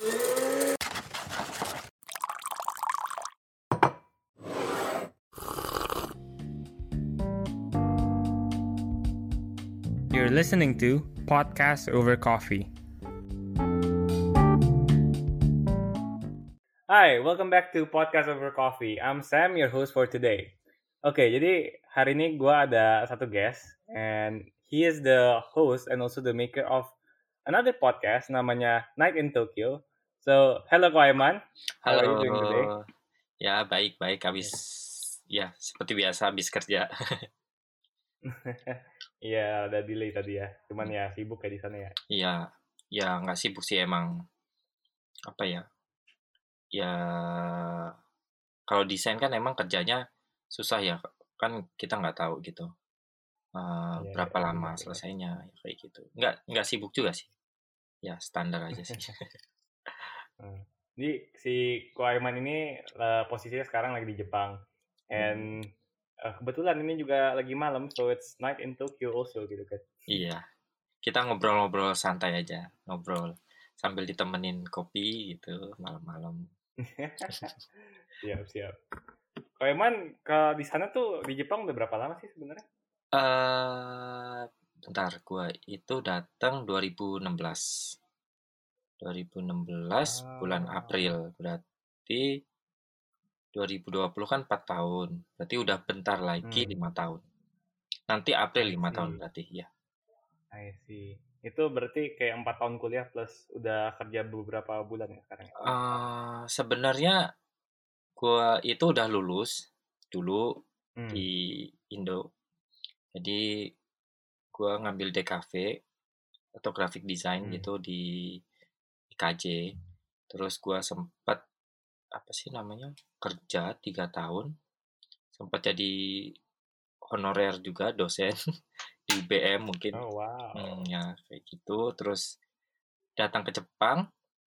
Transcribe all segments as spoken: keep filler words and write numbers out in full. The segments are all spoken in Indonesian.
You're listening to Podcast Over Coffee. Hi, welcome back to Podcast Over Coffee. I'm Sam, your host for today. Oke, jadi hari ini gue ada satu guest, and he is the host and also the maker of another podcast namanya Night in Tokyo. So, hello Ko Aiman. How are you doing today? Halo, ya baik-baik habis, ya seperti biasa habis kerja. Iya, udah delay tadi ya. Cuman ya sibuk ya di sana ya. Iya, ya nggak sibuk sih emang. Apa ya? Ya kalau desain kan emang kerjanya susah ya. Kan kita nggak tahu gitu. Uh, Iya, berapa iya, lama benar-benar. selesainya ya, kayak gitu. Nggak nggak sibuk juga sih. Ya standar aja sih. Hmm. Jadi si Ko Aiman ini uh, posisinya sekarang lagi di Jepang, and uh, kebetulan ini juga lagi malam, so it's night in Tokyo also gitu kan. Iya, kita ngobrol-ngobrol santai aja, ngobrol sambil ditemenin kopi gitu malam-malam. Siap siap. Ko Aiman ke di sana tuh di Jepang udah berapa lama sih sebenarnya? Eh, bentar, gua itu datang dua ribu enam belas. dua ribu enam belas bulan Ah, April. Berarti dua ribu dua puluh kan empat tahun. Berarti udah bentar lagi hmm, lima tahun. Nanti April I lima tahun see, berarti, ya. I see. Itu berarti kayak empat tahun kuliah plus udah kerja beberapa bulan ya sekarang ya? Eh, sebenarnya gua itu udah lulus dulu Hmm, di Indo. Jadi gua ngambil D K V atau graphic design hmm. gitu di I K J. Terus gua sempet apa sih namanya? Kerja tiga tahun. Sempat jadi honorer juga dosen di U B M mungkin. Oh wow. Hmm, ya kayak gitu. Terus datang ke Jepang.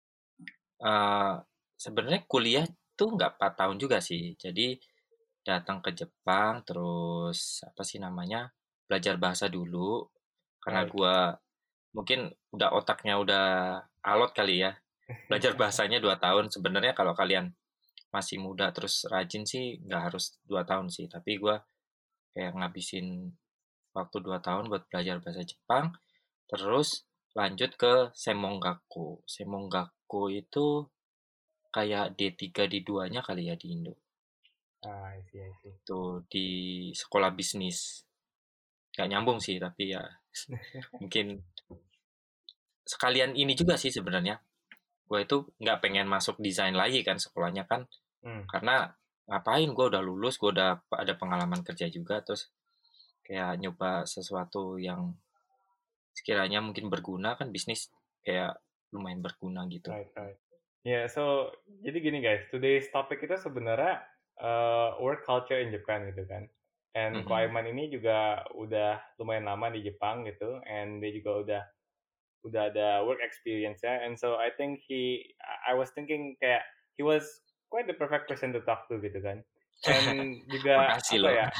eh Sebenarnya kuliah tuh nggak empat tahun juga sih. Jadi datang ke Jepang terus apa sih namanya belajar bahasa dulu karena Right. gua mungkin udah otaknya udah alot kali ya. Belajar bahasanya dua tahun. Sebenarnya kalau kalian masih muda terus rajin sih nggak harus dua tahun sih. Tapi gua kayak ngabisin waktu dua tahun buat belajar bahasa Jepang. Terus lanjut ke Semongaku. Semongaku itu kayak D tiga D dua-nya kali ya di Indo. Ah, I see, I see. Itu di sekolah bisnis. Gak nyambung sih, tapi ya mungkin sekalian ini juga sih sebenarnya. Gue itu nggak pengen masuk desain lagi kan sekolahnya kan. Hmm. Karena ngapain gue udah lulus, gue udah ada pengalaman kerja juga. Terus kayak nyoba sesuatu yang sekiranya mungkin berguna kan bisnis kayak lumayan berguna gitu. Right, right. Yeah, so jadi gini guys, today's topic itu sebenarnya uh, work culture in Japan gitu kan. And Ko Mhm. Aiman ini juga udah lumayan lama di Jepang gitu, and dia juga udah udah ada work experience ya. And so I think he, I was thinking kayak he was quite the perfect person to talk to gitu kan. And juga Makasih apa loh. ya?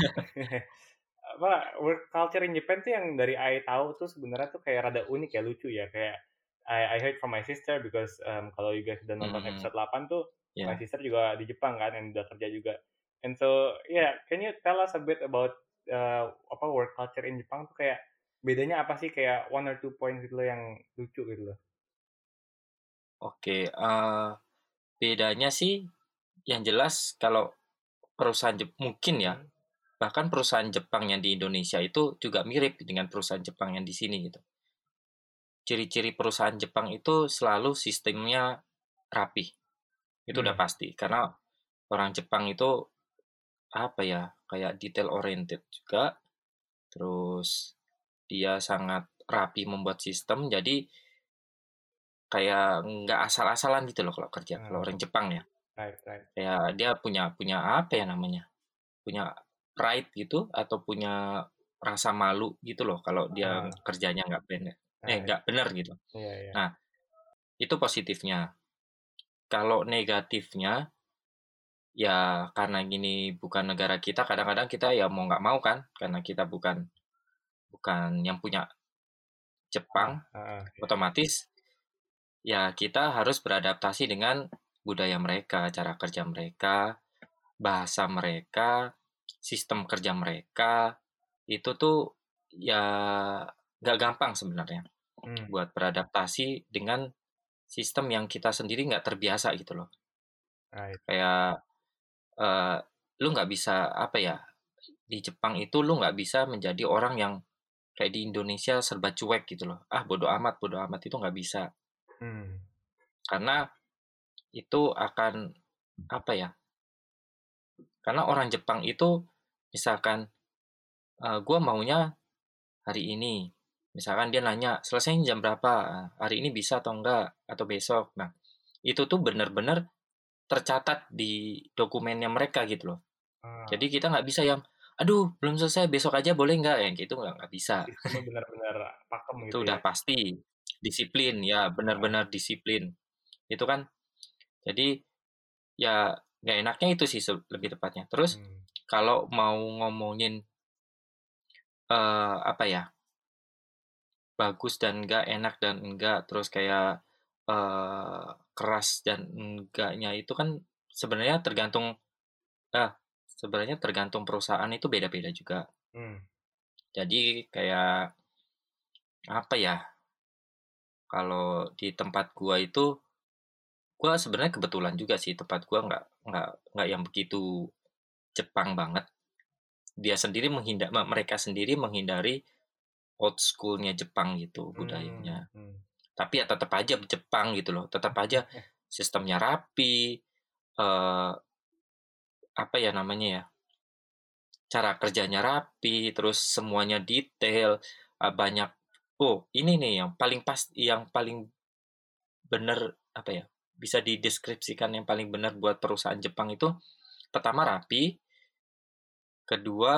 Apa work culture in Japan tuh yang dari I tahu tuh sebenarnya tuh kayak rada unik ya, lucu ya, kayak I, I heard from my sister because um, kalau you guys udah nonton Mhm. episode delapan tuh my Ya. sister juga di Jepang kan and udah kerja juga. And so yeah, can you tell us a bit about uh, apa work culture in Jepang tuh kayak bedanya apa sih, kayak one or two points gitu loh yang lucu gitu loh. Oke, eh bedanya sih yang jelas kalau perusahaan Jep mungkin ya, Hmm. bahkan perusahaan Jepang yang di Indonesia itu juga mirip dengan perusahaan Jepang yang di sini gitu. Ciri-ciri perusahaan Jepang itu selalu sistemnya rapi. Itu udah Hmm. pasti karena orang Jepang itu apa ya, kayak detail oriented juga. Terus dia sangat rapi membuat sistem, jadi kayak nggak asal-asalan gitu loh kalau kerja. Kalau Ah, orang Jepang ya, right, right. kayak dia punya punya apa ya namanya? Punya pride gitu atau punya rasa malu gitu loh kalau dia Ah, kerjanya nggak bener, eh ah, nggak bener gitu. iya, iya. Nah, itu positifnya. Kalau negatifnya, ya karena gini bukan negara kita, kadang-kadang kita ya mau nggak mau kan, karena kita bukan bukan yang punya Ah, Jepang, ah, ah, iya. otomatis ya kita harus beradaptasi dengan budaya mereka, cara kerja mereka, bahasa mereka, sistem kerja mereka. Itu tuh ya nggak gampang sebenarnya Hmm. buat beradaptasi dengan sistem yang kita sendiri nggak terbiasa gitu loh. Right. Kayak eh, lu nggak bisa apa ya, di Jepang itu lu nggak bisa menjadi orang yang kayak di Indonesia serba cuek gitu loh. Ah bodo amat, bodo amat itu nggak bisa. Hmm. Karena itu akan apa ya? Karena orang Jepang itu misalkan eh, gue maunya hari ini. Misalkan dia nanya, selesai jam berapa? Hari ini bisa atau enggak? Atau besok? Nah, itu tuh benar-benar tercatat di dokumennya mereka gitu loh. Ah, Jadi kita nggak bisa yang, aduh belum selesai, besok aja boleh nggak? Yang gitu nggak nggak bisa. sistemnya benar-benar pakem Itu gitu udah ya. pasti. Disiplin, ya Ah. benar-benar disiplin. Itu kan, jadi ya nggak enaknya itu sih lebih tepatnya. Terus Hmm. kalau mau ngomongin eh, apa ya, bagus dan enggak, enak dan enggak, terus kayak eh, keras dan enggaknya itu kan sebenarnya tergantung ah sebenarnya tergantung perusahaan itu beda-beda juga. Hmm. Jadi kayak apa ya? Kalau di tempat gua itu, gua sebenarnya kebetulan juga sih tempat gua nggak nggak nggak yang begitu Jepang banget. Dia sendiri menghindar, mereka sendiri menghindari old schoolnya Jepang gitu budayanya. Hmm. Hmm. Tapi ya tetap aja Jepang gitu loh, tetap aja sistemnya rapi, eh, apa ya namanya ya, cara kerjanya rapi, terus semuanya detail, eh, banyak. Oh ini nih yang paling pas, yang paling benar apa ya, bisa dideskripsikan yang paling benar buat perusahaan Jepang itu, pertama rapi, kedua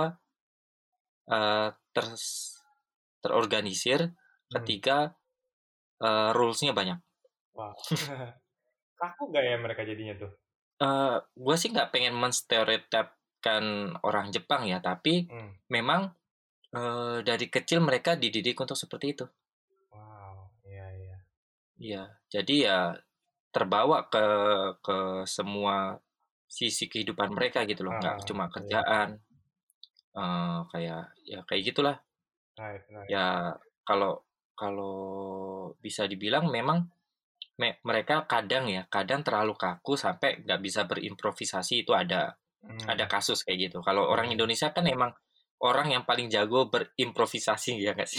eh, ter terorganisir, Hmm. ketiga eh, rules-nya banyak. Wow. Kaku gak ya mereka jadinya tuh? Eh gue sih nggak pengen menstereotipkan orang Jepang ya, tapi Hmm. memang eh, dari kecil mereka dididik untuk seperti itu. Wow. Iya, iya. Iya, jadi ya terbawa ke ke semua sisi kehidupan mereka gitu loh, nggak Ah, cuma iya. kerjaan. Eh, kayak ya kayak gitulah. Right, right. Ya kalau kalau bisa dibilang memang me- mereka kadang ya, kadang terlalu kaku sampai nggak bisa berimprovisasi, itu ada ada Hmm. kasus kayak gitu. Kalau Iya, orang iya. Indonesia kan emang orang yang paling jago berimprovisasi ya nggak sih?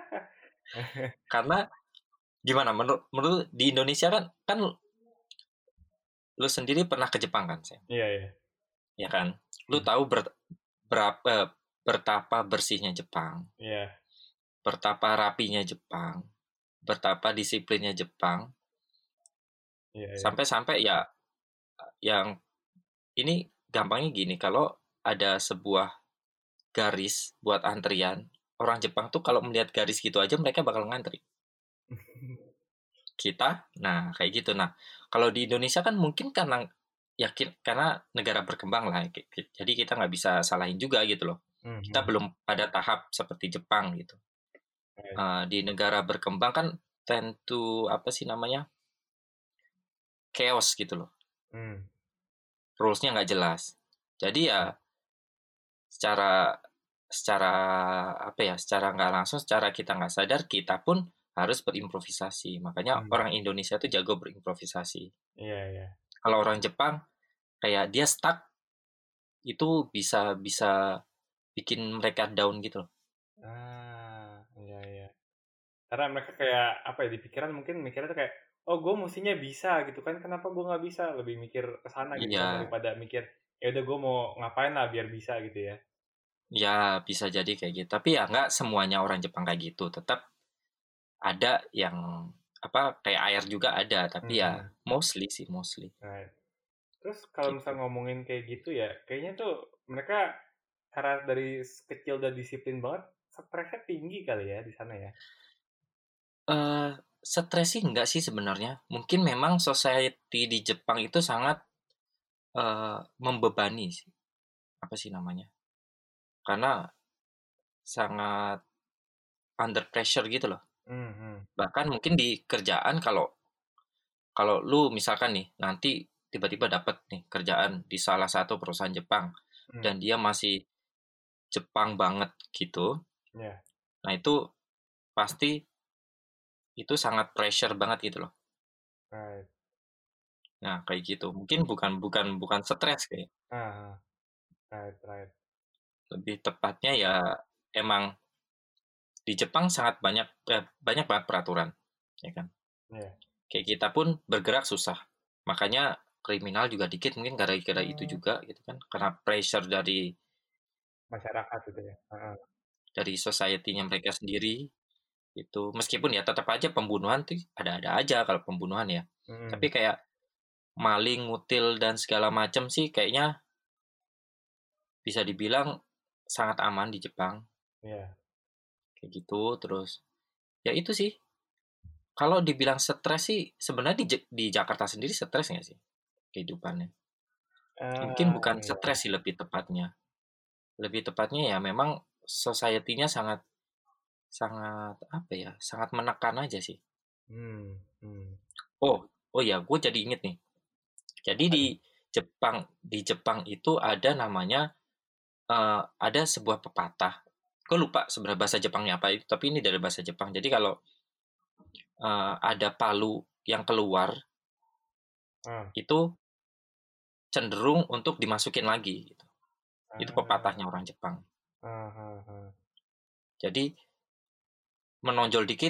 Karena gimana menurut menurut di Indonesia kan kan lu sendiri pernah ke Jepang kan, Sam? Iya, iya. Ya kan? Lu Hmm. tahu ber, berapa betapa bersihnya Jepang, Iya, betapa rapinya Jepang, betapa disiplinnya Jepang, iya, iya. sampai-sampai ya yang ini gampangnya gini, kalau ada sebuah garis buat antrian, orang Jepang tuh kalau melihat garis gitu aja mereka bakal ngantri. Kita, nah kayak gitu. Nah, kalau di Indonesia kan mungkin karena yakin karena negara berkembang lah, jadi kita nggak bisa salahin juga gitu loh. Hmm, Kita hmm. belum pada tahap seperti Jepang gitu. Right. Eh, di negara berkembang kan tend to apa sih namanya, chaos gitu loh. Hmm. Rules-nya nggak jelas. Jadi ya secara secara apa ya, secara nggak langsung, secara kita nggak sadar kita pun harus berimprovisasi. Makanya Hmm. orang Indonesia tuh jago berimprovisasi. Iya, iya. Kalau orang Jepang kayak dia stuck, itu bisa bisa bikin mereka down gitu loh. Ah, iya, iya. Karena mereka kayak apa ya, di pikiran mungkin mikirnya tuh kayak, oh gue mestinya bisa gitu kan, kenapa gue nggak bisa? Lebih mikir ke sana gitu kan Iya, daripada mikir ya udah gue mau ngapain lah biar bisa gitu ya. ya bisa jadi kayak gitu. Tapi ya nggak semuanya orang Jepang kayak gitu. Tetap ada yang apa kayak air juga ada, tapi ya Hmm. mostly sih mostly Right. Terus kalau gitu. misal ngomongin kayak gitu ya, kayaknya tuh mereka karena dari kecil udah disiplin banget, stresnya tinggi kali ya di sana ya. Eh, stres sih enggak sih sebenarnya. Mungkin memang society di Jepang itu sangat eh, membebani sih. Apa sih namanya? Karena sangat under pressure gitu loh. Hmm, hmm. Bahkan mungkin di kerjaan kalau kalau lu misalkan nih nanti tiba-tiba dapat nih kerjaan di salah satu perusahaan Jepang Hmm. dan dia masih Jepang banget gitu, Yeah. nah itu pasti itu sangat pressure banget gitu loh. Right. Nah kayak gitu. Mungkin bukan bukan bukan stres kayak. Ah, right, right. Lebih tepatnya ya emang di Jepang sangat banyak eh, banyak banget peraturan, ya kan. Yeah. Kayak kita pun bergerak susah. Makanya kriminal juga dikit mungkin gara-gara itu Hmm. juga gitu kan. Karena pressure dari Masyarakat gitu ya. Ah, ah. dari society-nya mereka sendiri itu. Meskipun ya tetap aja pembunuhan tuh ada-ada aja kalau pembunuhan ya. Hmm. Tapi kayak maling, ngutil dan segala macam sih kayaknya bisa dibilang sangat aman di Jepang. Yeah. Kayak gitu terus. Ya itu sih. Kalau dibilang stres sih sebenarnya di, di Jakarta sendiri stres nggak sih kehidupannya? Mungkin Ah, bukan iya. stres sih lebih tepatnya. Lebih tepatnya ya memang society-nya sangat sangat apa ya? Sangat menekan aja sih. Hmm. Hmm. Oh, oh ya, gue jadi inget nih. Jadi Apa di tuh? Jepang di Jepang itu ada namanya eh, ada sebuah pepatah. Gue lupa sebenarnya bahasa Jepangnya apa itu, tapi ini dari bahasa Jepang. Jadi kalau eh, ada palu yang keluar Ah, itu cenderung untuk dimasukin lagi gitu. Itu ah, pepatahnya orang Jepang. ah, ah, ah. Jadi menonjol dikit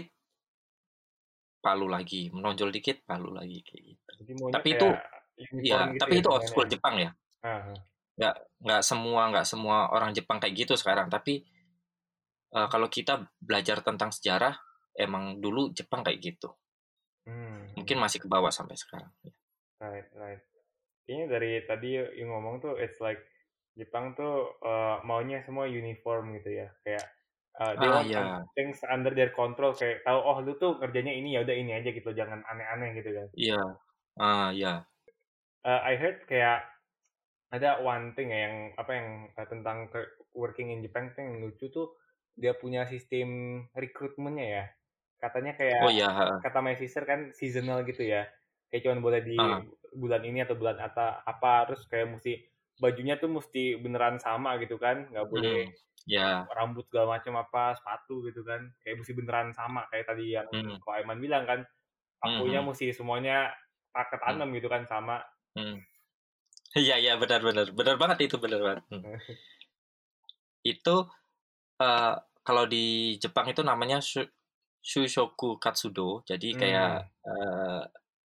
palu lagi, menonjol dikit palu lagi kayak gitu. Jadi maunya Tapi itu kayak ya, uniform gitu tapi ya itu old semuanya school ya. Jepang ya. Ah, ah. Nggak nggak semua nggak semua orang Jepang kayak gitu sekarang. Tapi eh, kalau kita belajar tentang sejarah, emang dulu Jepang kayak gitu. Hmm. Mungkin Hmm. masih ke bawah sampai sekarang. Right, right. Kayaknya dari tadi yang ngomong tuh it's like Jepang tuh uh, maunya semua uniform gitu ya. Kayak uh, they Ah want un- ya, things under their control, kayak tahu oh lu tuh kerjanya ini ya udah ini aja gitu, jangan aneh-aneh gitu kan. iya, ah ya, Uh, I heard kayak ada one thing ya yang apa yang uh, tentang ke- working in Japan tuh yang lucu tuh dia punya sistem rekrutmennya ya. Katanya kayak oh ya, ah, kata my sister kan seasonal gitu ya. Kayak cuman boleh di ah, bulan ini atau bulan apa apa terus kayak mesti bajunya tuh mesti beneran sama gitu kan. Nggak boleh mm, ya, rambut segala macam apa sepatu gitu kan. Kayak mesti beneran sama kayak tadi yang mm, Ko Aiman bilang kan. mm, Pakunya mm, mesti semuanya paket mm, tanam gitu kan sama. mm. Iya iya benar benar benar banget itu benar banget. Hmm. Itu eh, kalau di Jepang itu namanya shu- Shushoku Katsudo. Jadi kayak Hmm. eh,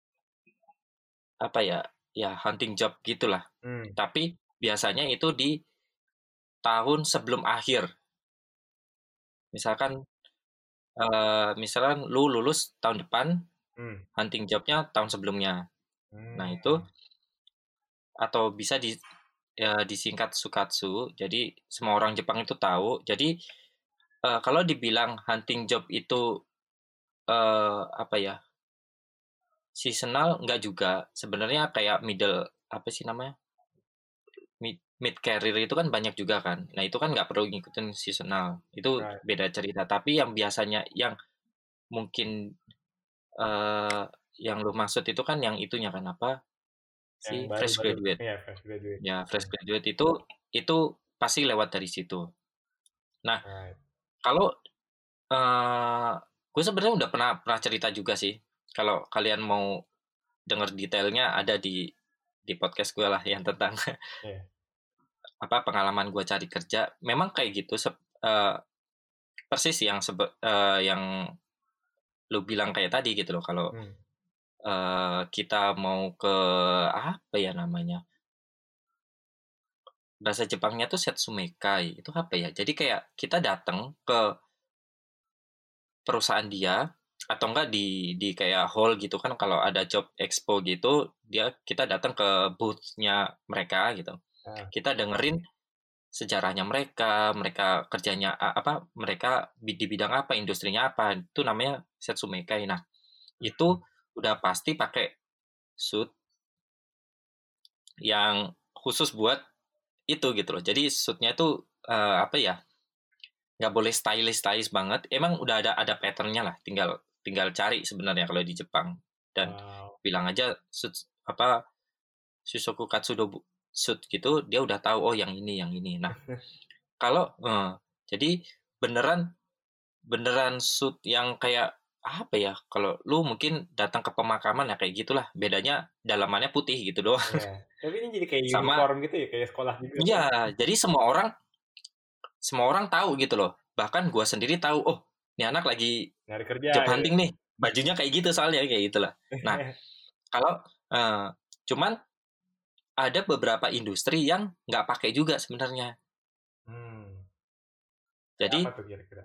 apa ya? Ya hunting job gitulah. Hmm. Tapi biasanya itu di tahun sebelum akhir. Misalkan eh, misalkan lu lulus tahun depan, Hmm. hunting jobnya tahun sebelumnya. Nah, itu Hmm. atau bisa di ya, disingkat Sukatsu. Jadi semua orang Jepang itu tahu. Jadi eh, kalau dibilang hunting job itu eh, apa ya? Seasonal enggak juga. Sebenarnya kayak middle apa sih namanya? Mid, mid career itu kan banyak juga kan. Nah, itu kan nggak perlu ngikutin seasonal. Itu Right. beda cerita. Tapi yang biasanya yang mungkin eh yang lu maksud itu kan yang itunya kan apa Yang sih fresh baru-baru graduate. ya fresh graduate. Ya, fresh Hmm. graduate itu itu pasti lewat dari situ. Nah, Right. kalau eh gue sebenarnya udah pernah pernah cerita juga sih. Kalau kalian mau denger detailnya ada di di podcast gue lah yang tentang Yeah. apa pengalaman gue cari kerja. Memang kayak gitu se- eh, persis yang sebe- eh, yang lu bilang kayak tadi gitu loh. Kalau Hmm. eh, kita mau ke apa ya namanya? Bahasa Jepangnya tuh setsumekai. Itu apa ya? Jadi kayak kita datang ke perusahaan dia atau enggak di di kayak hall gitu kan kalau ada job expo gitu dia kita datang ke booth-nya mereka gitu. Ah. Kita dengerin sejarahnya mereka, mereka kerjanya a- apa, mereka bi- di bidang apa, industrinya apa. Itu namanya setsumekai. Nah, itu Hmm. udah pasti pakai suit yang khusus buat itu gitu loh. Jadi suitnya tuh eh, apa ya? Nggak boleh stylish stylish banget. Emang udah ada ada patternnya lah. Tinggal tinggal cari sebenarnya kalau di Jepang. Dan Wow. bilang aja suit apa Shusoku Katsudo suit gitu, dia udah tahu oh yang ini yang ini. Nah, kalau eh, jadi beneran beneran suit yang kayak apa ya? Kalau lu mungkin datang ke pemakaman ya kayak gitulah. Bedanya dalamannya putih gitu doang. Iya. Tapi ini jadi kayak Sama uniform gitu ya, kayak sekolah juga kan? ya, jadi semua orang semua orang tahu gitu loh. Bahkan gua sendiri tahu, oh, ini anak lagi Nyari kerja job gitu. hunting nih. Bajunya kayak gitu soalnya kayak gitulah. Nah, kalau eh, cuman ada beberapa industri yang nggak pakai juga sebenarnya. Hmm. Kayak Jadi apa tuh kira-kira?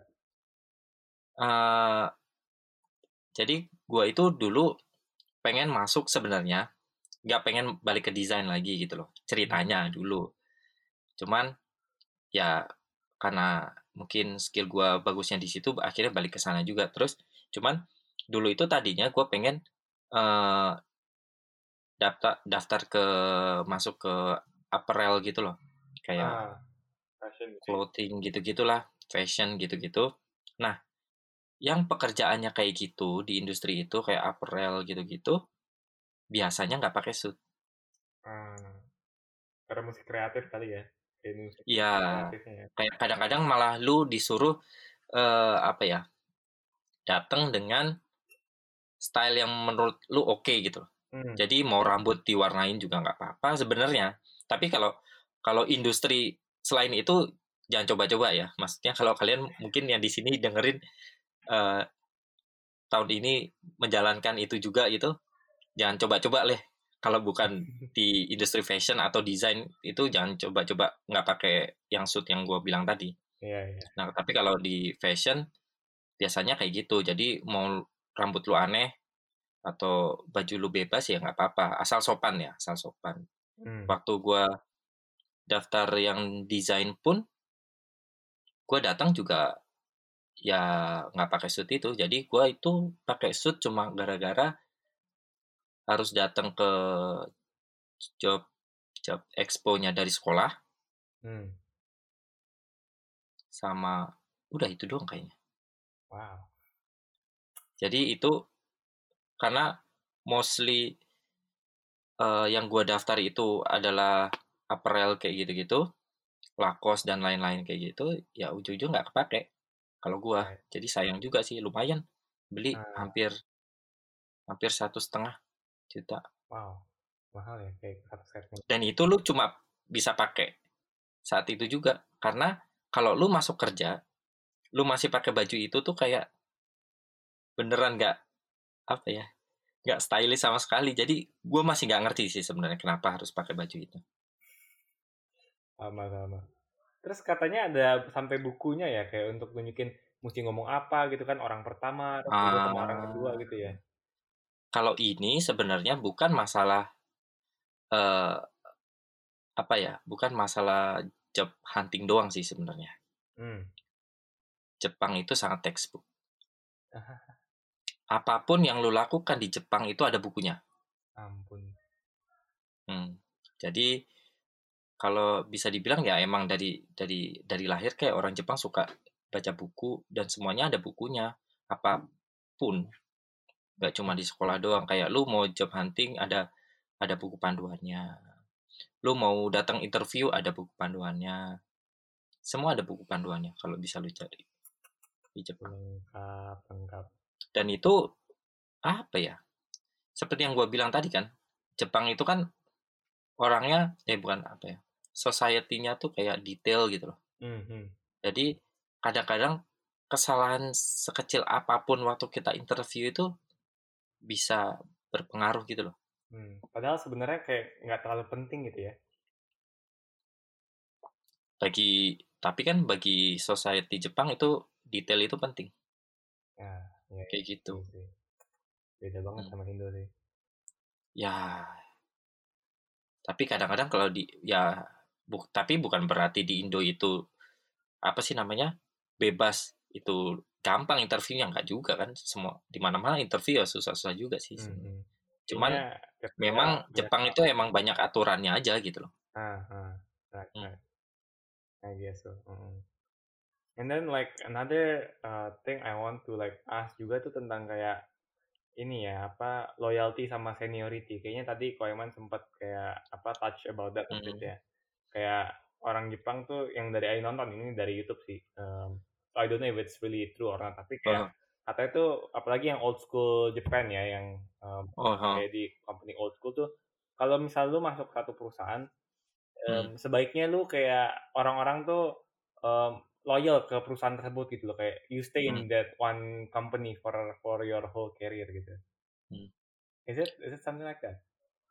eh, jadi gua itu dulu pengen masuk sebenarnya, nggak pengen balik ke desain lagi gitu loh. Hmm. Ceritanya dulu. Cuman ya karena mungkin skill gua bagusnya di situ, akhirnya balik ke sana juga. Terus cuman dulu itu tadinya gua pengen eh, daftar daftar ke masuk ke apparel gitu loh, kayak Ah, fashion gitu ya. clothing gitu-gitulah, fashion gitu-gitu. Nah, yang pekerjaannya kayak gitu di industri itu kayak apparel gitu-gitu, biasanya nggak pakai suit. Ah, karena musik kreatif kali ya. Kayak musik Ya, kreatifnya ya. kayak kadang-kadang malah lu disuruh eh, apa ya, datang dengan style yang menurut lu oke gitu loh. Hmm. Jadi mau rambut diwarnain juga nggak apa-apa sebenarnya. Tapi kalau kalau industri selain itu jangan coba-coba ya. Maksudnya kalau kalian mungkin yang di sini dengerin eh, tahun ini menjalankan itu juga gitu, jangan coba-coba leh. Kalau bukan di industri fashion atau desain itu jangan coba-coba nggak pakai yang suit yang gue bilang tadi. Iya, iya. Nah, tapi kalau di fashion biasanya kayak gitu. Jadi mau rambut lu aneh atau baju lu bebas ya nggak apa-apa. Asal sopan ya, asal sopan. Hmm. Waktu gue daftar yang desain pun, gue datang juga ya nggak pakai suit itu. Jadi gue itu pakai suit cuma gara-gara harus datang ke job job expo-nya dari sekolah Hmm. sama udah itu doang kayaknya. Wow. Jadi itu karena mostly eh, yang gue daftar itu adalah apparel kayak gitu-gitu, Lacoste dan lain-lain kayak gitu, ya ujung-ujung nggak kepake kalau gue. Right. Jadi sayang juga sih, lumayan beli Ah, hampir hampir satu setengah juta. wow. Mahal ya kayak satu setnya. Dan itu lu cuma bisa pakai saat itu juga karena kalau lu masuk kerja, lu masih pakai baju itu tuh kayak beneran nggak apa ya, nggak stylish sama sekali. Jadi gue masih nggak ngerti sih sebenarnya kenapa harus pakai baju itu. Sama-sama. Terus katanya ada sampai bukunya ya kayak untuk nunjukin mesti ngomong apa gitu kan orang pertama terus kedua sama orang kedua Ah, gitu ya. kalau ini sebenarnya bukan masalah eh, apa ya, bukan masalah job hunting doang sih sebenarnya. Hmm. Jepang itu sangat textbook. Apapun yang lu lakukan di Jepang itu ada bukunya. Ampun. Hmm. Jadi kalau bisa dibilang ya emang dari dari dari lahir kayak orang Jepang suka baca buku dan semuanya ada bukunya. Apapun, nggak cuma di sekolah doang. Kayak lu mau job hunting ada ada buku panduannya. Lu mau datang interview ada buku panduannya. Semua ada buku panduannya kalau bisa lu cari di Jepang. Lengkap, lengkap. Dan itu apa ya? Seperti yang gue bilang tadi kan, Jepang itu kan orangnya eh bukan apa ya? Society-nya tuh kayak detail gitu loh. Hmm, hmm. Jadi kadang-kadang kesalahan sekecil apapun waktu kita interview itu bisa berpengaruh gitu loh. Hmm. Padahal sebenarnya kayak nggak terlalu penting gitu ya. Bagi tapi kan bagi society Jepang itu detail itu penting. Ya, ya, ya. Kayak gitu. Iya sih. Beda banget Hmm. sama Indo sih. Ya, tapi kadang-kadang kalau di ya bu, tapi bukan berarti di Indo itu apa sih namanya? Bebas itu gampang interviewnya nggak juga kan semua di mana-mana interview ya susah-susah juga sih Hmm, sebenarnya. hmm. Cuman Kayaknya kerja memang banyak Jepang itu tahu. emang banyak aturannya aja gitu loh. Ah, ah. Right, Hmm. right. I guess so. Mm-mm. And then like another uh, thing I want to like ask juga tuh tentang kayak ini ya apa loyalty sama seniority. Kayaknya tadi Koeman sempat kayak apa touch about that a bit Hmm. ya. Kayak orang Jepang tuh yang dari Aing nonton ini dari YouTube sih. Um, so I don't know if it's really true or not, tapi kayak Oh, katanya tuh apalagi yang old school Japan ya yang um, oh, oh. kayak di company old school tuh kalau misal lu masuk satu perusahaan Hmm. um, sebaiknya lu kayak orang-orang tuh um, loyal ke perusahaan tersebut gitu loh kayak you stay Hmm. in that one company for for your whole career gitu. Hmm. Is it is it something like that?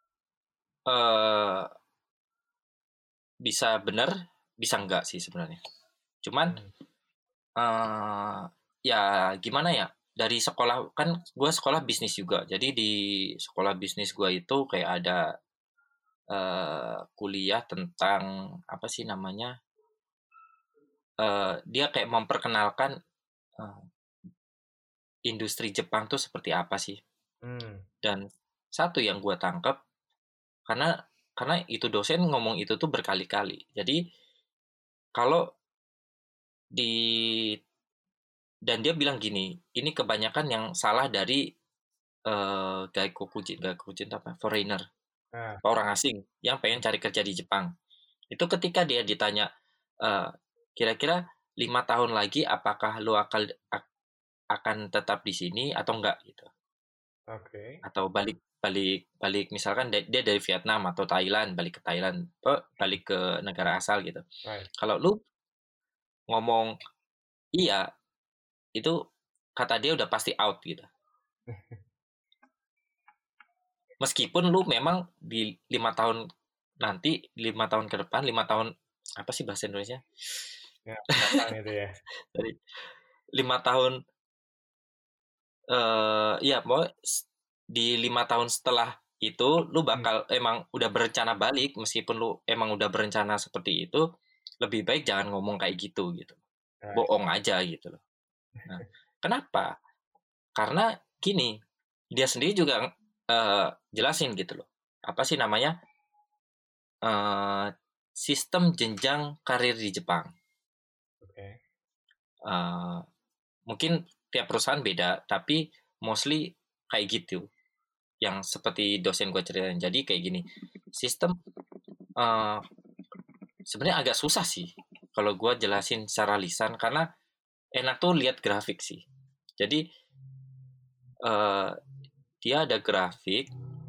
Eh, bisa benar, bisa enggak sih sebenarnya. Cuman Hmm. eh ya gimana ya? Dari sekolah kan gue sekolah bisnis juga. Jadi di sekolah bisnis gue itu kayak ada eh, kuliah tentang apa sih namanya? Eh, dia kayak memperkenalkan eh, industri Jepang tuh seperti apa sih? Hmm. Dan satu yang gue tangkap karena karena itu dosen ngomong itu tuh berkali-kali. Jadi kalau di dan dia bilang gini, ini kebanyakan yang salah dari eh gaikokujin, gaikokujin itu apa? Foreigner, Nah, orang asing yang pengen cari kerja di Jepang. Itu ketika dia ditanya eh, kira-kira lima tahun lagi apakah lo akan akan tetap di sini atau enggak gitu. oke. Okay. Atau balik balik balik misalkan dia dari Vietnam atau Thailand, balik ke Thailand, balik ke negara asal gitu. Right. Kalau lu ngomong iya, itu kata dia udah pasti out gitu. Meskipun lu memang di lima tahun nanti, lima tahun ke depan, lima tahun apa sih bahasa Indonesia? Ya, datang itu ya. Dari lima tahun, eh iya, mau di lima tahun setelah itu lu Hmm. bakal emang udah berencana balik, meskipun lu emang udah berencana seperti itu, lebih baik jangan ngomong kayak gitu gitu. Right. Bohong aja gitu loh. Nah, kenapa? Karena gini, dia sendiri juga eh, jelasin gitu loh. Apa sih namanya? Eh, sistem jenjang karir di Jepang. Oke. Okay. Eh, mungkin tiap perusahaan beda, tapi mostly kayak gitu. Yang seperti dosen gue ceritain. Jadi kayak gini, sistem eh, sebenarnya agak susah sih kalau gue jelasin secara lisan karena enak tuh lihat grafik sih. Jadi eh, dia ada grafik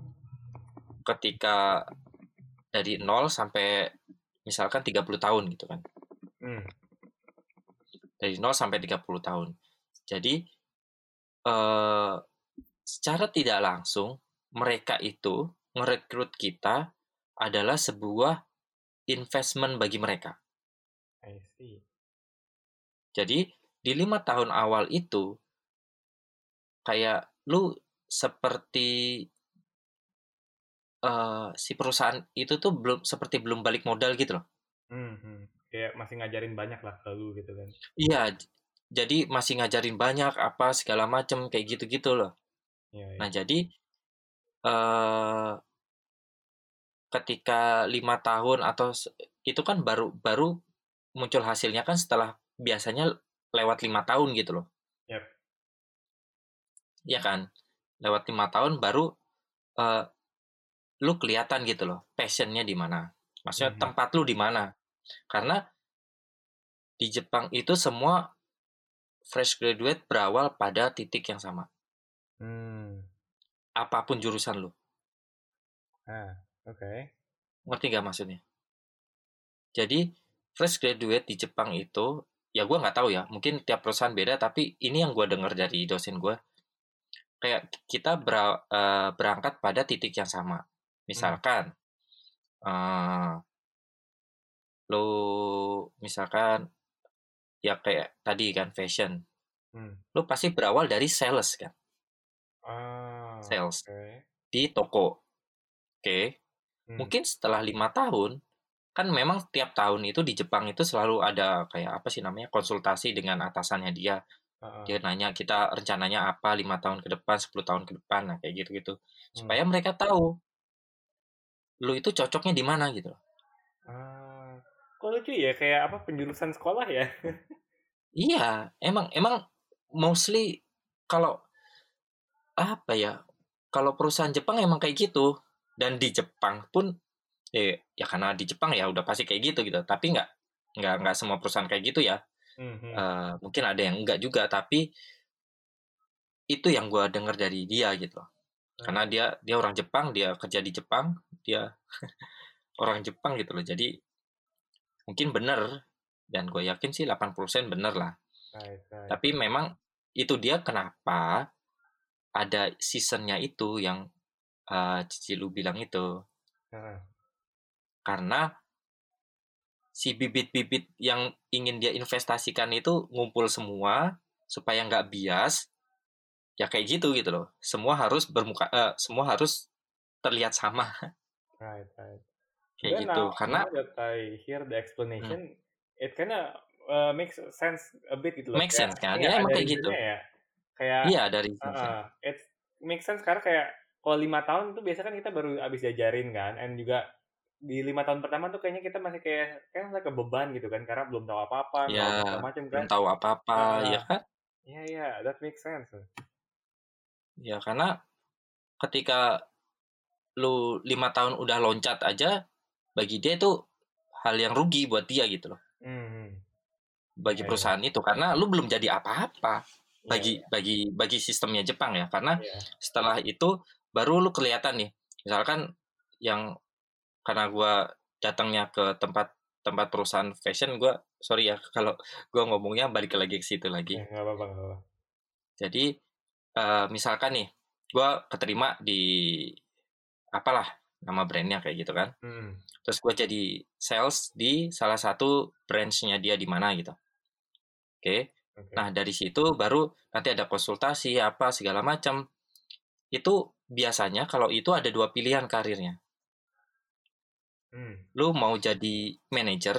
ketika dari nol sampai misalkan tiga puluh tahun gitu kan. Hmm. Dari nol sampai tiga puluh tahun. Jadi eh, secara tidak langsung mereka itu ngerekrut kita adalah sebuah investment bagi mereka. I see. Jadi di lima tahun awal itu kayak lu seperti eh, si perusahaan itu tuh belum seperti belum balik modal gitu loh. Hmm, hmm. Kayak masih ngajarin banyak lah ke lu gitu kan. Iya, jadi masih ngajarin banyak apa segala macem kayak gitu-gitu loh. Iya, Nah iya. jadi eh, ketika lima tahun atau itu kan baru baru muncul hasilnya kan setelah biasanya lewat lima tahun gitu loh. Yep. Ya kan? Lewat lima tahun baru eh, lu kelihatan gitu loh passionnya di mana. Maksudnya Hmm. tempat lu di mana. Karena di Jepang itu semua fresh graduate berawal pada titik yang sama. Hmm. Apapun jurusan lu. Ah, oke. Okay. Ngerti gak maksudnya? Jadi fresh graduate di Jepang itu ya gue nggak tahu ya mungkin tiap perusahaan beda tapi ini yang gue dengar dari dosen gue kayak kita ber, uh, berangkat pada titik yang sama Hmm. misalkan uh, lo misalkan ya kayak tadi kan fashion Hmm. lo pasti berawal dari sales kan Ah, sales oke. Okay. di toko oke okay. Hmm. Mungkin setelah lima tahun kan memang tiap tahun itu di Jepang itu selalu ada kayak apa sih namanya konsultasi dengan atasannya dia. Uh-uh. Dia nanya kita rencananya apa lima tahun ke depan, sepuluh tahun ke depan, nah kayak gitu-gitu. Hmm. Supaya mereka tahu lu itu cocoknya di mana gitu loh. Ah, kok lucu ya kayak apa penjurusan sekolah ya? Iya, emang emang mostly kalau apa ya? Kalau perusahaan Jepang emang kayak gitu, dan di Jepang pun eh, ya karena di Jepang ya udah pasti kayak gitu gitu. Tapi nggak nggak nggak semua perusahaan kayak gitu ya. Mhm. Eh, mungkin ada yang enggak juga, tapi itu yang gue dengar dari dia gitu. Karena Right. dia dia orang Jepang, dia kerja di Jepang, dia orang Jepang gitu loh. Jadi mungkin bener, dan gue yakin sih delapan puluh persen bener lah. Right, right. Tapi memang itu dia kenapa ada seasonnya itu yang uh, Cici lu bilang itu. Heeh. Karena si bibit-bibit yang ingin dia investasikan itu ngumpul semua supaya nggak bias, ya kayak gitu gitu loh. Semua harus bermuka, uh, semua harus terlihat sama Right, right. kayak Then gitu. now, Karena now that I hear the hmm, explanation, it kinda uh, makes sense a bit gitu loh. make Kayak, sense kan? iya Ya emang ada kayak gitu. reasonnya ya. Kayak, Iya dari uh, it makes sense karena kayak kalau lima tahun tuh biasa kan kita baru abis diajarin kan, and juga di lima tahun pertama tuh kayaknya kita masih kayak kayak masih kebeban gitu kan, karena belum tahu apa-apa, nggak ya tahu segala macam belum kan. tahu apa-apa Heeh. ya kan? Iya iya, that makes sense. Ya karena ketika lu lima tahun udah loncat aja, bagi dia itu hal yang rugi buat dia gitu loh. Mhm. Bagi Iya iya. perusahaan itu karena lu belum jadi apa-apa Iya bagi iya. bagi bagi sistemnya Jepang ya. Karena Iya. setelah itu baru lu kelihatan nih. Misalkan yang karena gua datangnya ke tempat tempat perusahaan fashion, gua sorry ya kalau gua ngomongnya balik lagi ke situ lagi. Eh, nggak apa-apa nggak apa-apa. Jadi eh, misalkan nih gua keterima di apalah nama brandnya kayak gitu kan. Mhm. Terus gue jadi sales di salah satu branch-nya dia di mana gitu. Oke. Oke. Nah, dari situ baru nanti ada konsultasi apa segala macam. Itu biasanya kalau itu ada dua pilihan karirnya. Hmm. Lu mau jadi manajer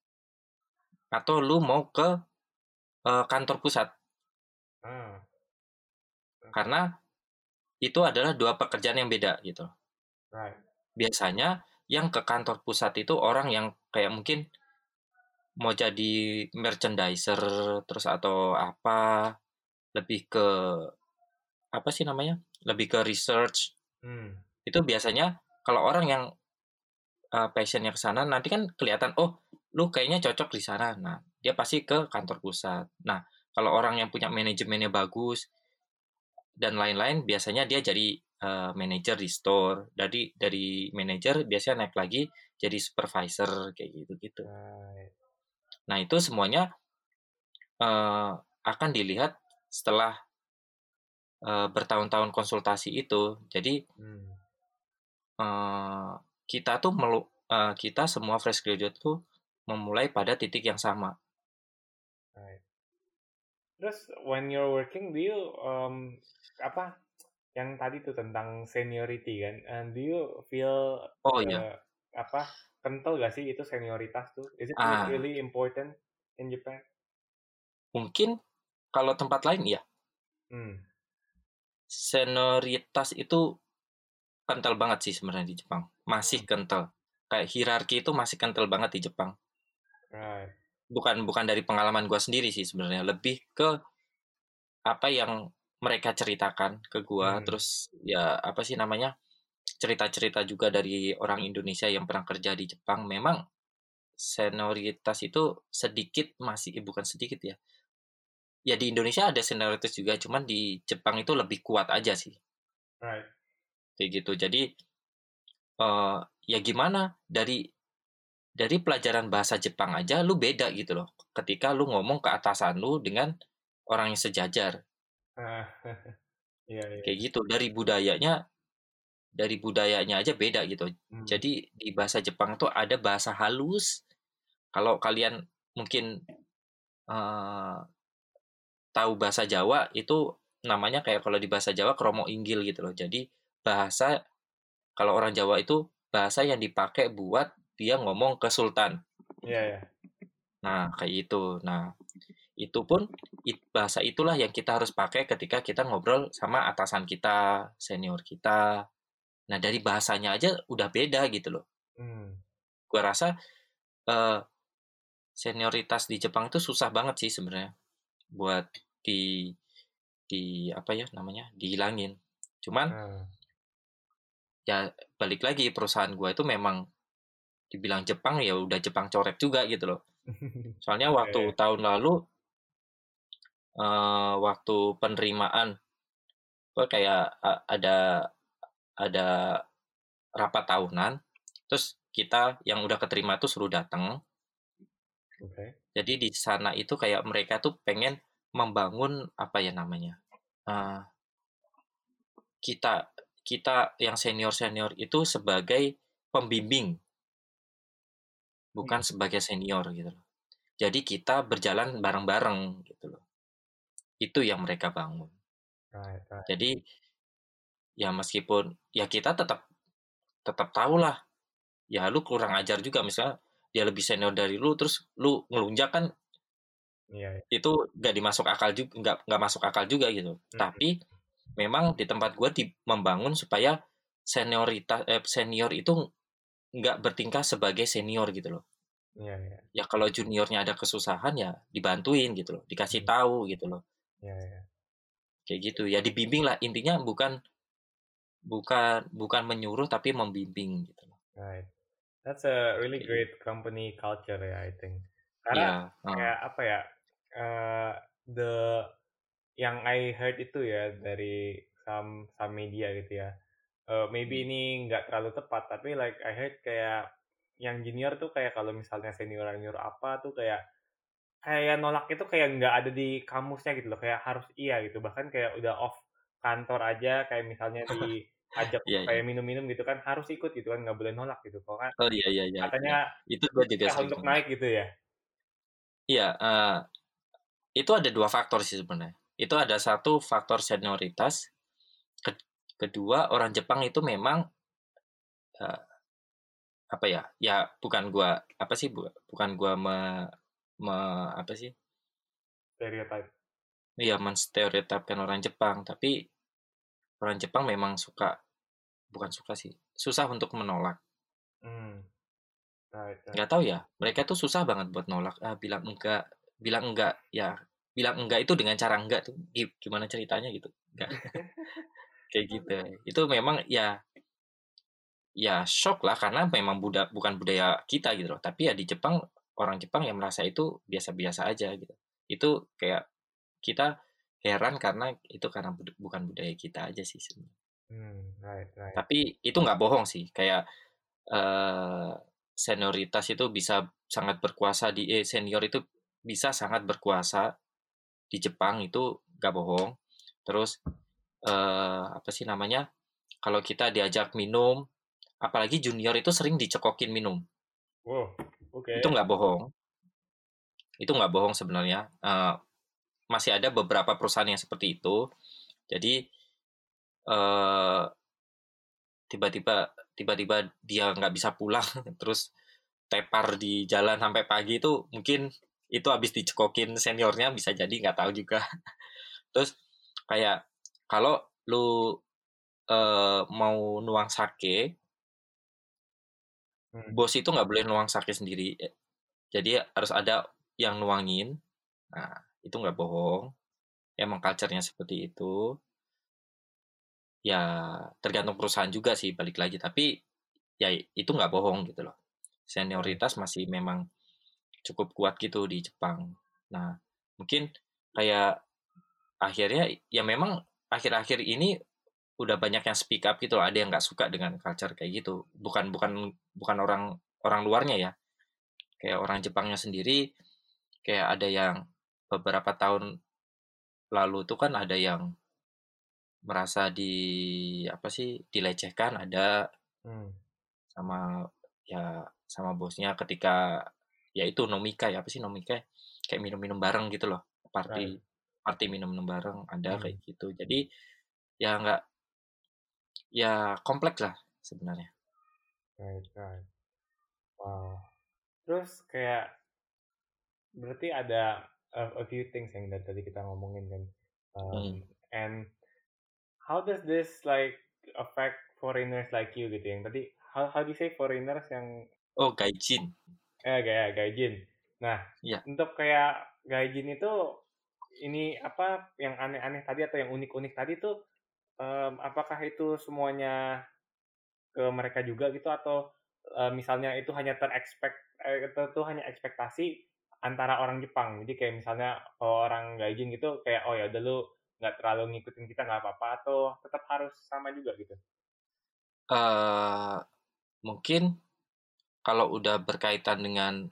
atau lu mau ke eh, kantor pusat. Ah, oke. Karena itu adalah dua pekerjaan yang beda gitu. Right. Biasanya yang ke kantor pusat itu orang yang kayak mungkin mau jadi merchandiser terus atau apa, lebih ke apa sih namanya? Lebih ke research. Hmm. Itu biasanya kalau orang yang uh, passionnya ke sana nanti kan kelihatan, oh lu kayaknya cocok di sana. Nah, dia pasti ke kantor pusat. Nah, kalau orang yang punya manajemennya bagus dan lain-lain, biasanya dia jadi uh, manajer di store. Dari dari manajer biasanya naik lagi jadi supervisor kayak gitu-gitu. Right. Nah, itu semuanya uh, akan dilihat setelah uh, bertahun-tahun konsultasi itu. Jadi Hmm. uh, kita tuh melu uh, kita semua fresh graduate tuh memulai pada titik yang sama. Right. Terus when you're working, do you um apa yang tadi tuh tentang seniority kan? And do you feel Oh iya, uh, apa kental gak sih itu senioritas tuh? Is it ah really important in Japan? mungkin kalau tempat lain ya Hmm. senioritas itu kental banget sih sebenarnya di Jepang. Masih Hmm. kental. Kayak hierarki itu masih kental banget di Jepang. Right. Bukan bukan dari pengalaman gue sendiri sih sebenarnya. Lebih ke apa yang mereka ceritakan ke gue. Hmm. Terus ya apa sih namanya cerita-cerita juga dari orang Indonesia yang pernah kerja di Jepang. Memang senioritas itu sedikit masih eh, bukan sedikit ya. Ya di Indonesia ada senioritas juga, cuman di Jepang itu lebih kuat aja sih. Right. Kayak gitu. Jadi eh, ya gimana dari dari pelajaran bahasa Jepang aja lu beda gitu loh. Ketika lu ngomong ke atasan lu dengan orang yang sejajar. Ah, iya Kayak iya. gitu. Dari budayanya dari budayanya aja beda gitu. Hmm. Jadi di bahasa Jepang tuh ada bahasa halus. Kalau kalian mungkin eh, tahu bahasa Jawa itu namanya kayak kalau di bahasa Jawa kromo inggil gitu loh. Jadi bahasa kalau orang Jawa itu bahasa yang dipakai buat dia ngomong ke sultan. Iya iya. Nah, kayak itu. Nah, itu pun bahasa itulah yang kita harus pakai ketika kita ngobrol sama atasan kita, senior kita. Nah, dari bahasanya aja udah beda gitu loh. Hmm. Gua rasa eh, senioritas di Jepang itu susah banget sih sebenarnya buat di di apa ya namanya dihilangin. Cuman Hmm. ya balik lagi perusahaan gue itu memang dibilang Jepang ya udah Jepang coret juga gitu loh. Soalnya Ya, waktu ya. tahun lalu eh, waktu penerimaan gue kayak a- ada ada rapat tahunan, terus kita yang udah keterima tuh suruh datang. Oke. Jadi di sana itu kayak mereka tuh pengen membangun apa ya namanya eh, kita kita yang senior senior itu sebagai pembimbing bukan Hmm. sebagai senior gitu loh. Jadi kita berjalan bareng-bareng gitu loh. Itu yang mereka bangun. Right, right. Jadi ya meskipun ya kita tetap tetap tahu lah ya lu kurang ajar juga misalnya dia lebih senior dari lu terus lu ngelunjak kan Iya, iya. itu nggak dimasuk akal juga nggak nggak masuk akal juga gitu. Hmm. Tapi memang di tempat gue di, membangun supaya senioritas eh, senior itu nggak bertingkah sebagai senior gitu loh. Iya, iya. Ya kalau juniornya ada kesusahan ya dibantuin gitu loh, dikasih Hmm. tahu gitu loh, Iya, iya. kayak gitu ya dibimbing lah intinya bukan bukan bukan menyuruh tapi membimbing gitu loh. Right. That's a really Kayak gitu. great company culture ya, I think. Karena Iya, uh, kayak apa ya? eh the yang I heard itu ya dari some some media gitu ya. Eh, maybe ini nggak terlalu tepat, tapi like I heard kayak yang junior tuh kayak kalau misalnya senior nyuruh apa tuh kayak kayak nolak itu kayak nggak ada di kamusnya gitu loh, kayak harus iya gitu. Bahkan kayak udah off kantor aja kayak misalnya diajak iya iya. kayak minum-minum gitu kan harus ikut gitu kan, nggak boleh nolak gitu. Kalau nggak Oh iya iya iya iya. katanya Itu gue juga susah sering untuk dengar. naik gitu ya. Iya, uh, itu ada dua faktor sih sebenarnya. Itu ada satu faktor senioritas, ke- kedua orang Jepang itu memang uh, apa ya? Ya bukan gua apa sih bu- bukan gua me, me- apa sih? Stereotype. Ya menstereotipkan orang Jepang, tapi orang Jepang memang suka bukan suka sih, susah untuk menolak. Hmm, right, right. Nggak tahu ya, mereka tuh susah banget buat nolak. Ah, bilang enggak, bilang enggak, ya bilang enggak itu dengan cara enggak tuh gimana ceritanya gitu. Enggak kayak gitu. Itu memang ya ya shock lah karena memang budak bukan budaya kita gitu loh. Tapi ya di Jepang orang Jepang yang merasa itu biasa-biasa aja gitu. Itu kayak kita heran karena itu karena bud- bukan budaya kita aja sih sebenarnya. Hmm, right, right. Tapi itu nggak bohong sih, kayak eh, senioritas itu bisa sangat berkuasa di eh, senior itu bisa sangat berkuasa di Jepang itu nggak bohong. Terus eh, apa sih namanya? Kalau kita diajak minum, apalagi junior itu sering dicekokin minum. Wow, oke. Itu nggak bohong. Itu nggak bohong sebenarnya. Eh, masih ada beberapa perusahaan yang seperti itu. Jadi eh, tiba-tiba tiba-tiba dia nggak bisa pulang, terus tepar di jalan sampai pagi itu mungkin itu habis dicekokin seniornya bisa jadi nggak tahu juga. Terus kayak kalau lu eh, mau nuang sake, Hmm, bos itu nggak boleh nuang sake sendiri. Jadi harus ada yang nuangin. Nah, itu nggak bohong. Emang culture-nya seperti itu. Ya tergantung perusahaan juga sih balik lagi. Tapi ya itu nggak bohong gitu loh. right. Senioritas masih memang cukup kuat gitu di Jepang. Nah, mungkin kayak akhirnya ya memang akhir-akhir ini udah banyak yang speak up gitu loh. Ada yang nggak suka dengan culture kayak gitu. Bukan bukan bukan orang orang luarnya ya. Kayak orang Jepangnya sendiri kayak ada yang beberapa tahun lalu tuh kan ada yang merasa di apa sih dilecehkan ada Hmm, sama ya sama bosnya ketika ya itu nomika ya apa sih nomika kayak minum-minum bareng gitu loh right. party party minum-minum bareng ada Hmm, kayak gitu jadi ya nggak ya kompleks lah sebenarnya. right, right. Wow. Terus kayak berarti ada a, a few things yang dari tadi kita ngomongin kan. Um, Hmm. and how does this like affect foreigners like you gitu yang tadi how how do you say foreigners yang Oh gaijin eh kayak gaijin. Nah, ya untuk kayak gaijin itu ini apa yang aneh-aneh tadi atau yang unik-unik tadi tuh um, apakah itu semuanya ke mereka juga gitu atau uh, misalnya itu hanya terexpect eh, itu tuh hanya ekspektasi antara orang Jepang. Jadi kayak misalnya kalau orang Gaijin gitu kayak oh ya udah lu nggak terlalu ngikutin kita nggak apa-apa atau tetap harus sama juga gitu. Eh mungkin kalau udah berkaitan dengan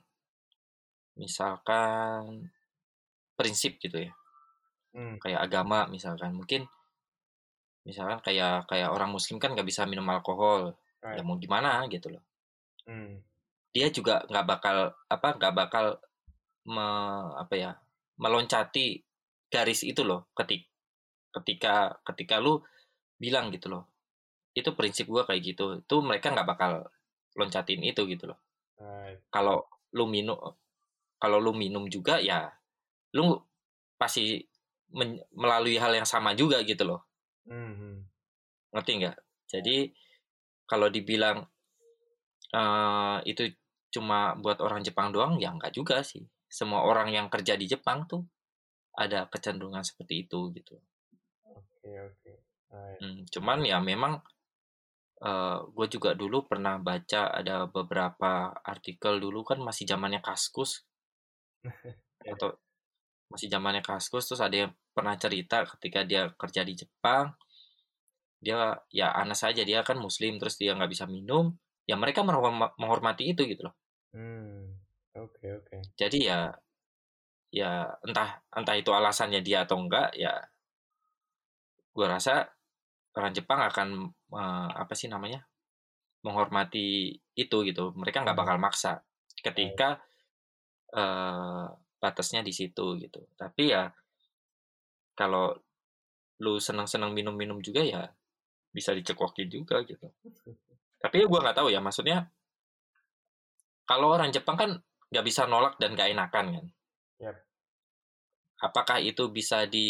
misalkan prinsip gitu ya, Hmm, kayak agama misalkan, mungkin misalkan kayak kayak orang Muslim kan nggak bisa minum alkohol, ya right. mau gimana gitu loh. Hmm, Dia juga nggak bakal apa nggak bakal me, apa ya meloncati garis itu loh ketik ketika ketika lu bilang gitu loh, itu prinsip gua kayak gitu, itu mereka nggak bakal loncatin itu gitu loh. right. Kalau lu minum kalau lu minum juga ya lu pasti men- melalui hal yang sama juga gitu loh, Hmm, hmm. ngerti nggak? Jadi kalau dibilang eh, itu cuma buat orang Jepang doang ya nggak juga sih, semua orang yang kerja di Jepang tuh ada kecenderungan seperti itu gitu. Oke, oke. Right. Hmm, cuman ya memang gue juga dulu pernah baca ada beberapa artikel dulu kan masih zamannya Kaskus Ya, atau masih zamannya Kaskus terus ada yang pernah cerita ketika dia kerja di Jepang, dia ya Anas saja dia kan Muslim terus dia nggak bisa minum, ya mereka menghorma- menghormati itu gitu loh. hmm. Oke, oke. Jadi ya ya entah entah itu alasannya dia atau enggak ya, gue rasa orang Jepang akan eh, apa sih namanya menghormati itu gitu, mereka nggak Right, bakal maksa right. ketika eh, batasnya di situ gitu. Tapi ya kalau lu senang-senang minum-minum juga ya bisa dicekokin juga gitu. Tapi ya gue nggak tahu ya, maksudnya kalau orang Jepang kan nggak bisa nolak dan nggak enakan kan. Yep. Apakah itu bisa di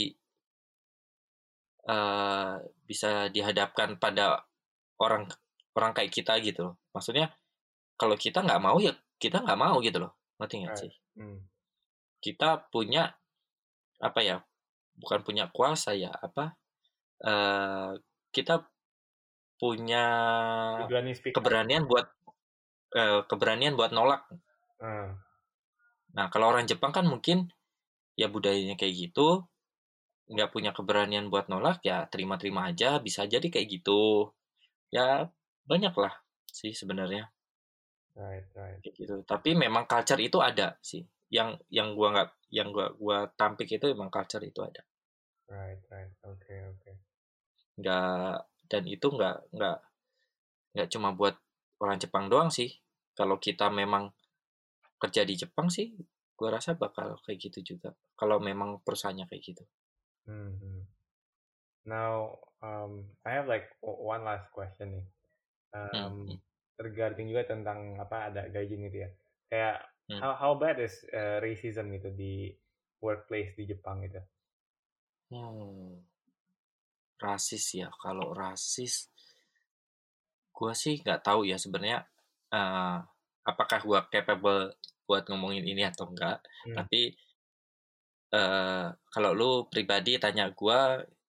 eh, bisa dihadapkan pada orang orang kayak kita gitu loh. Maksudnya kalau kita nggak mau ya kita nggak mau gitu loh. Ngerti nggak Right. sih? Hmm. Kita punya apa ya? Bukan punya kuasa ya apa? eh, kita punya You berani speak up. keberanian buat eh, keberanian buat nolak. Hmm. Nah, kalau orang Jepang kan mungkin ya budayanya kayak gitu, nggak punya keberanian buat nolak, ya terima-terima aja, bisa jadi kayak gitu. Ya banyak lah sih sebenarnya Right, right. kayak gitu. Tapi memang culture itu ada sih. Yang yang gua nggak yang gua gua tampik itu memang culture itu ada. Right, right. Oke, oke. Nggak dan itu nggak nggak nggak cuma buat orang Jepang doang sih. Kalau kita memang kerja di Jepang sih, gua rasa bakal kayak gitu juga. Kalau memang perusahaannya kayak gitu. Hmm, hmm. Now, um, I have like o- one last question nih. Hmm, Um, hmm, regarding juga tentang apa ada gaijin gitu ya. Kayak hmm. how how bad is uh, racism gitu di workplace di Jepang gitu. Hmm, rasis ya. Kalau rasis, gua sih nggak tahu ya sebenarnya eh, apakah gua capable buat ngomongin ini atau enggak. Hmm, Tapi eh, kalau lu pribadi tanya gua,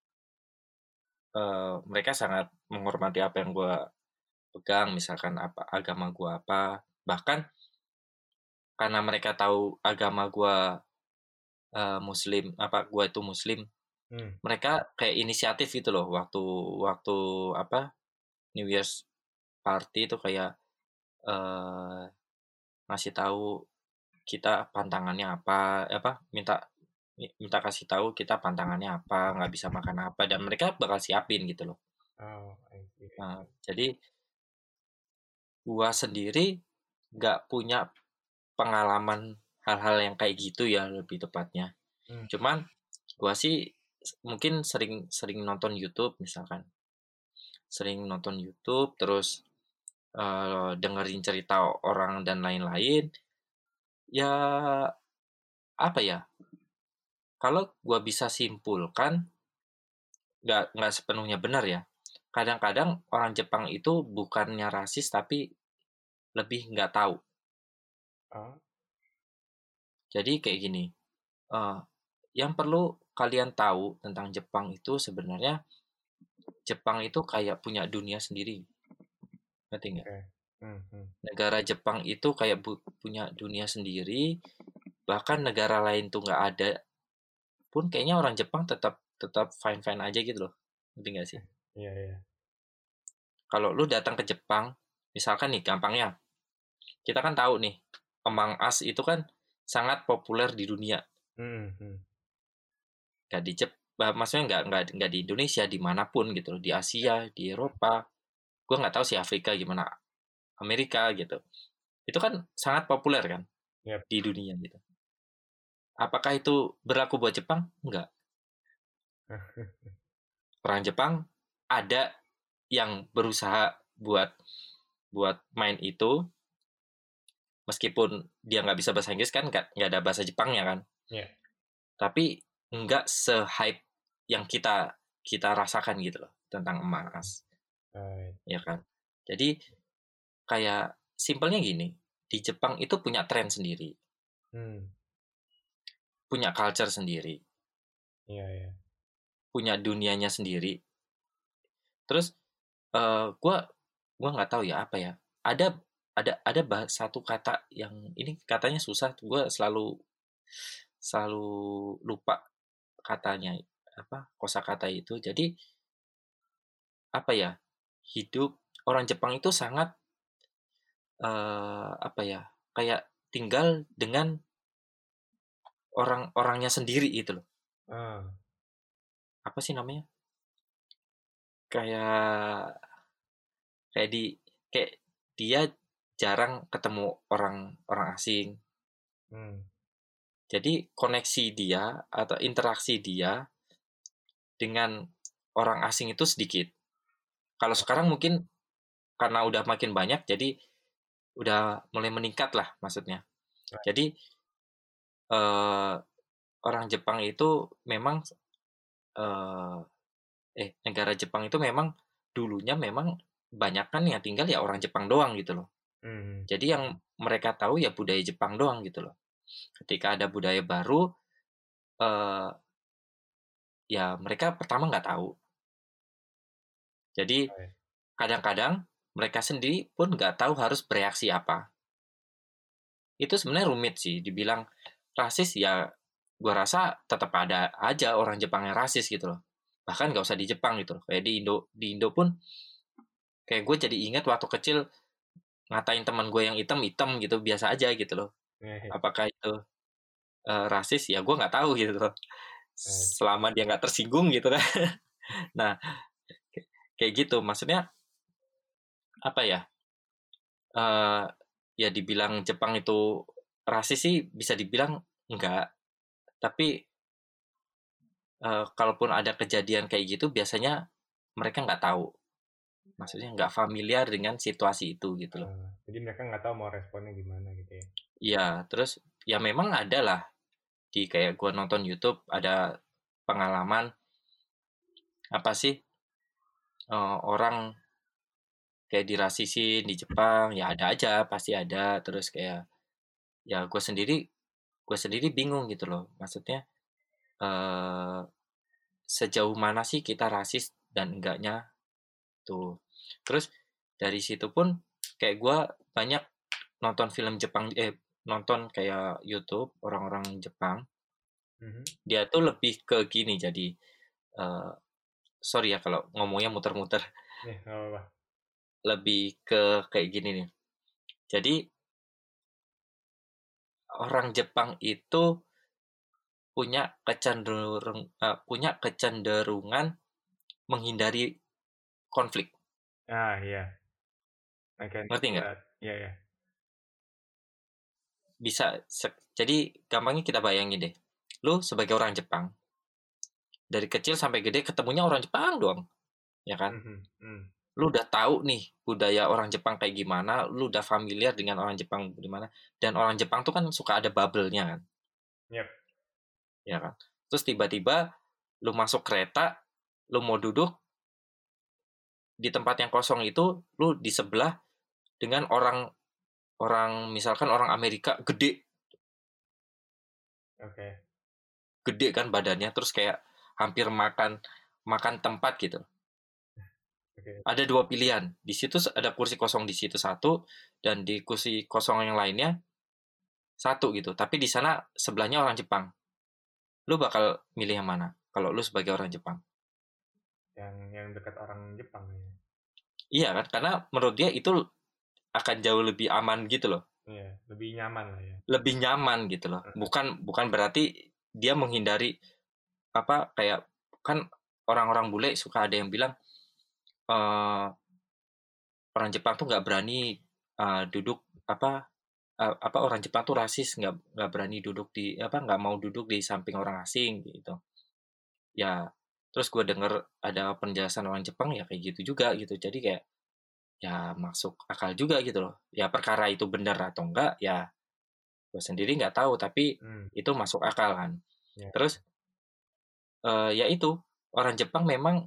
eh, mereka sangat menghormati apa yang gua pegang, misalkan apa agama gua apa. Bahkan karena mereka tahu agama gua eh, Muslim, apa gua itu Muslim, hmm, mereka kayak inisiatif gitu loh waktu waktu apa New Year's party itu kayak eh, ngasih tahu kita pantangannya apa, apa minta minta kasih tahu kita pantangannya apa, nggak bisa makan apa, dan mereka bakal siapin gitu loh. oh, I see, I Nah, see. jadi gua sendiri nggak punya pengalaman hal-hal yang kayak gitu ya lebih tepatnya. Hmm, Cuman gua sih mungkin sering sering nonton YouTube misalkan, sering nonton YouTube terus eh, dengerin cerita orang dan lain-lain. Ya apa ya? Kalau gua bisa simpulkan, nggak nggak sepenuhnya benar ya. Kadang-kadang orang Jepang itu bukannya rasis tapi lebih nggak tahu. oh, Jadi kayak gini, eh, yang perlu kalian tahu tentang Jepang itu sebenarnya Jepang itu kayak punya dunia sendiri, ngerti nggak? Oke. Hmm, hmm. Negara Jepang itu kayak bu- punya dunia sendiri, bahkan negara lain tuh nggak ada pun kayaknya orang Jepang tetap tetap fine fine aja gitu loh, ngerti nggak sih? Iya, iya. Kalau lu datang ke Jepang, misalkan nih gampangnya, kita kan tahu nih, Among Us itu kan sangat populer di dunia, Hmm, hmm. nggak di Jepang, maksudnya nggak nggak nggak di Indonesia, dimanapun gitu loh, di Asia, di Eropa, gue nggak tahu sih Afrika gimana, Amerika gitu, itu kan sangat populer kan Yep. di dunia gitu. Apakah itu berlaku buat Jepang? Enggak. Orang Jepang ada yang berusaha buat buat main itu, meskipun dia nggak bisa bahasa Inggris kan, nggak nggak ada bahasa Jepangnya kan, Yeah. tapi nggak se-hype yang kita kita rasakan gitu loh tentang emas, Right. ya kan? Jadi kayak simpelnya gini, di Jepang itu punya tren sendiri, Hmm. punya culture sendiri, Iya, iya. punya dunianya sendiri. Terus eh gue gue nggak tahu ya apa ya. Ada ada ada bah- satu kata yang ini katanya susah. Gue selalu selalu lupa katanya apa kosakata itu. Jadi apa ya? Hidup orang Jepang itu sangat eh, apa ya? Kayak tinggal dengan orang-orangnya sendiri gitu loh. Ah. Apa sih namanya? Kayak kayak di kayak dia jarang ketemu orang orang asing. Hmm. Jadi koneksi dia atau interaksi dia dengan orang asing itu sedikit. Kalau sekarang mungkin karena udah makin banyak, jadi udah mulai meningkat lah maksudnya. Right. Jadi eh, orang Jepang itu memang eh, eh negara Jepang itu memang dulunya memang banyak kan yang tinggal ya orang Jepang doang gitu loh. Hmm. Jadi yang mereka tahu ya budaya Jepang doang gitu loh. Ketika ada budaya baru, eh, ya mereka pertama nggak tahu. Jadi Right. kadang-kadang mereka sendiri pun nggak tahu harus bereaksi apa. Itu sebenarnya rumit sih. Dibilang rasis ya, gue rasa tetap ada aja orang Jepang yang rasis gitu loh. Bahkan nggak usah di Jepang gitu loh. Kayak di Indo, di Indo pun kayak gue jadi ingat waktu kecil ngatain teman gue yang hitam-hitam gitu biasa aja gitu loh. Yeah, yeah. Apakah itu eh, rasis ya gue nggak tahu gitu loh. Right. Selama dia nggak tersinggung gitu kan. Nah kayak gitu maksudnya apa ya? Eh, ya dibilang Jepang itu rasis sih bisa dibilang enggak. Tapi eh, kalaupun ada kejadian kayak gitu biasanya mereka nggak tahu, maksudnya nggak familiar dengan situasi itu gitu loh. Ah, jadi mereka nggak tahu mau responnya gimana gitu ya. Ya terus ya memang ada lah di kayak gua nonton YouTube ada pengalaman apa sih eh, orang kayak dirasisin di Jepang ya ada aja pasti ada terus kayak ya gue sendiri gue sendiri bingung gitu loh maksudnya eh, sejauh mana sih kita rasis dan enggaknya tuh. Terus dari situ pun kayak gue banyak nonton film Jepang eh nonton kayak YouTube orang-orang Jepang. Mhm. Dia tuh lebih ke gini jadi eh, sorry ya kalau ngomongnya muter-muter. Nih, nggak apa-apa. Lebih ke kayak gini nih. Jadi orang Jepang itu punya kecenderung eh, punya kecenderungan menghindari konflik. Ah, iya. I can Ngerti see nggak? that. Iya, iya. Bisa jadi gampangnya kita bayangin deh. Lu sebagai orang Jepang dari kecil sampai gede ketemunya orang Jepang doang, ya kan? Mhm. Hmm. Lu udah tahu nih budaya orang Jepang kayak gimana, lu udah familiar dengan orang Jepang gimana, dan orang Jepang tuh kan suka ada bubble-nya kan, Yep. ya kan? Terus tiba-tiba lu masuk kereta, lu mau duduk di tempat yang kosong itu, lu di sebelah dengan orang orang misalkan orang Amerika gede, Oke. gede kan badannya, terus kayak hampir makan makan tempat gitu. Oke. Ada dua pilihan. Di situ ada kursi kosong di situ satu, dan di kursi kosong yang lainnya satu gitu. Tapi di sana sebelahnya orang Jepang. Lu bakal milih yang mana? Kalau lu sebagai orang Jepang? Yang yang dekat orang Jepang ya. Iya kan? Karena menurut dia itu akan jauh lebih aman gitu loh. Iya, lebih nyaman lah ya. Lebih nyaman gitu loh. Bukan bukan berarti dia menghindari apa kayak kan orang-orang bule suka ada yang bilang eh orang Jepang tuh nggak berani uh, duduk apa uh, apa orang Jepang tuh rasis, nggak nggak berani duduk di apa nggak mau duduk di samping orang asing gitu ya. Terus gue denger ada penjelasan orang Jepang ya kayak gitu juga gitu, jadi kayak ya masuk akal juga gitu loh ya. Perkara itu benar atau enggak ya gue sendiri nggak tahu, tapi Hmm. itu masuk akal kan. Yeah. Terus uh, ya itu orang Jepang memang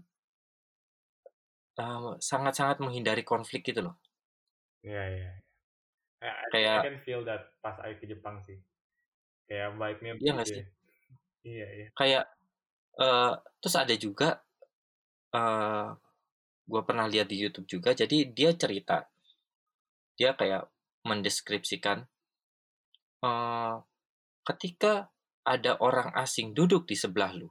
uh, sangat-sangat menghindari konflik gitu loh. Iya, iya. I, I I Kayak can feel that pas I ke Jepang sih. Kayak vibe-nya iya nggak begitu sih, ya. Iya, iya. kayak uh, terus ada juga uh, gue pernah lihat di YouTube juga, jadi dia cerita, dia kayak mendeskripsikan uh, ketika ada orang asing duduk di sebelah lu,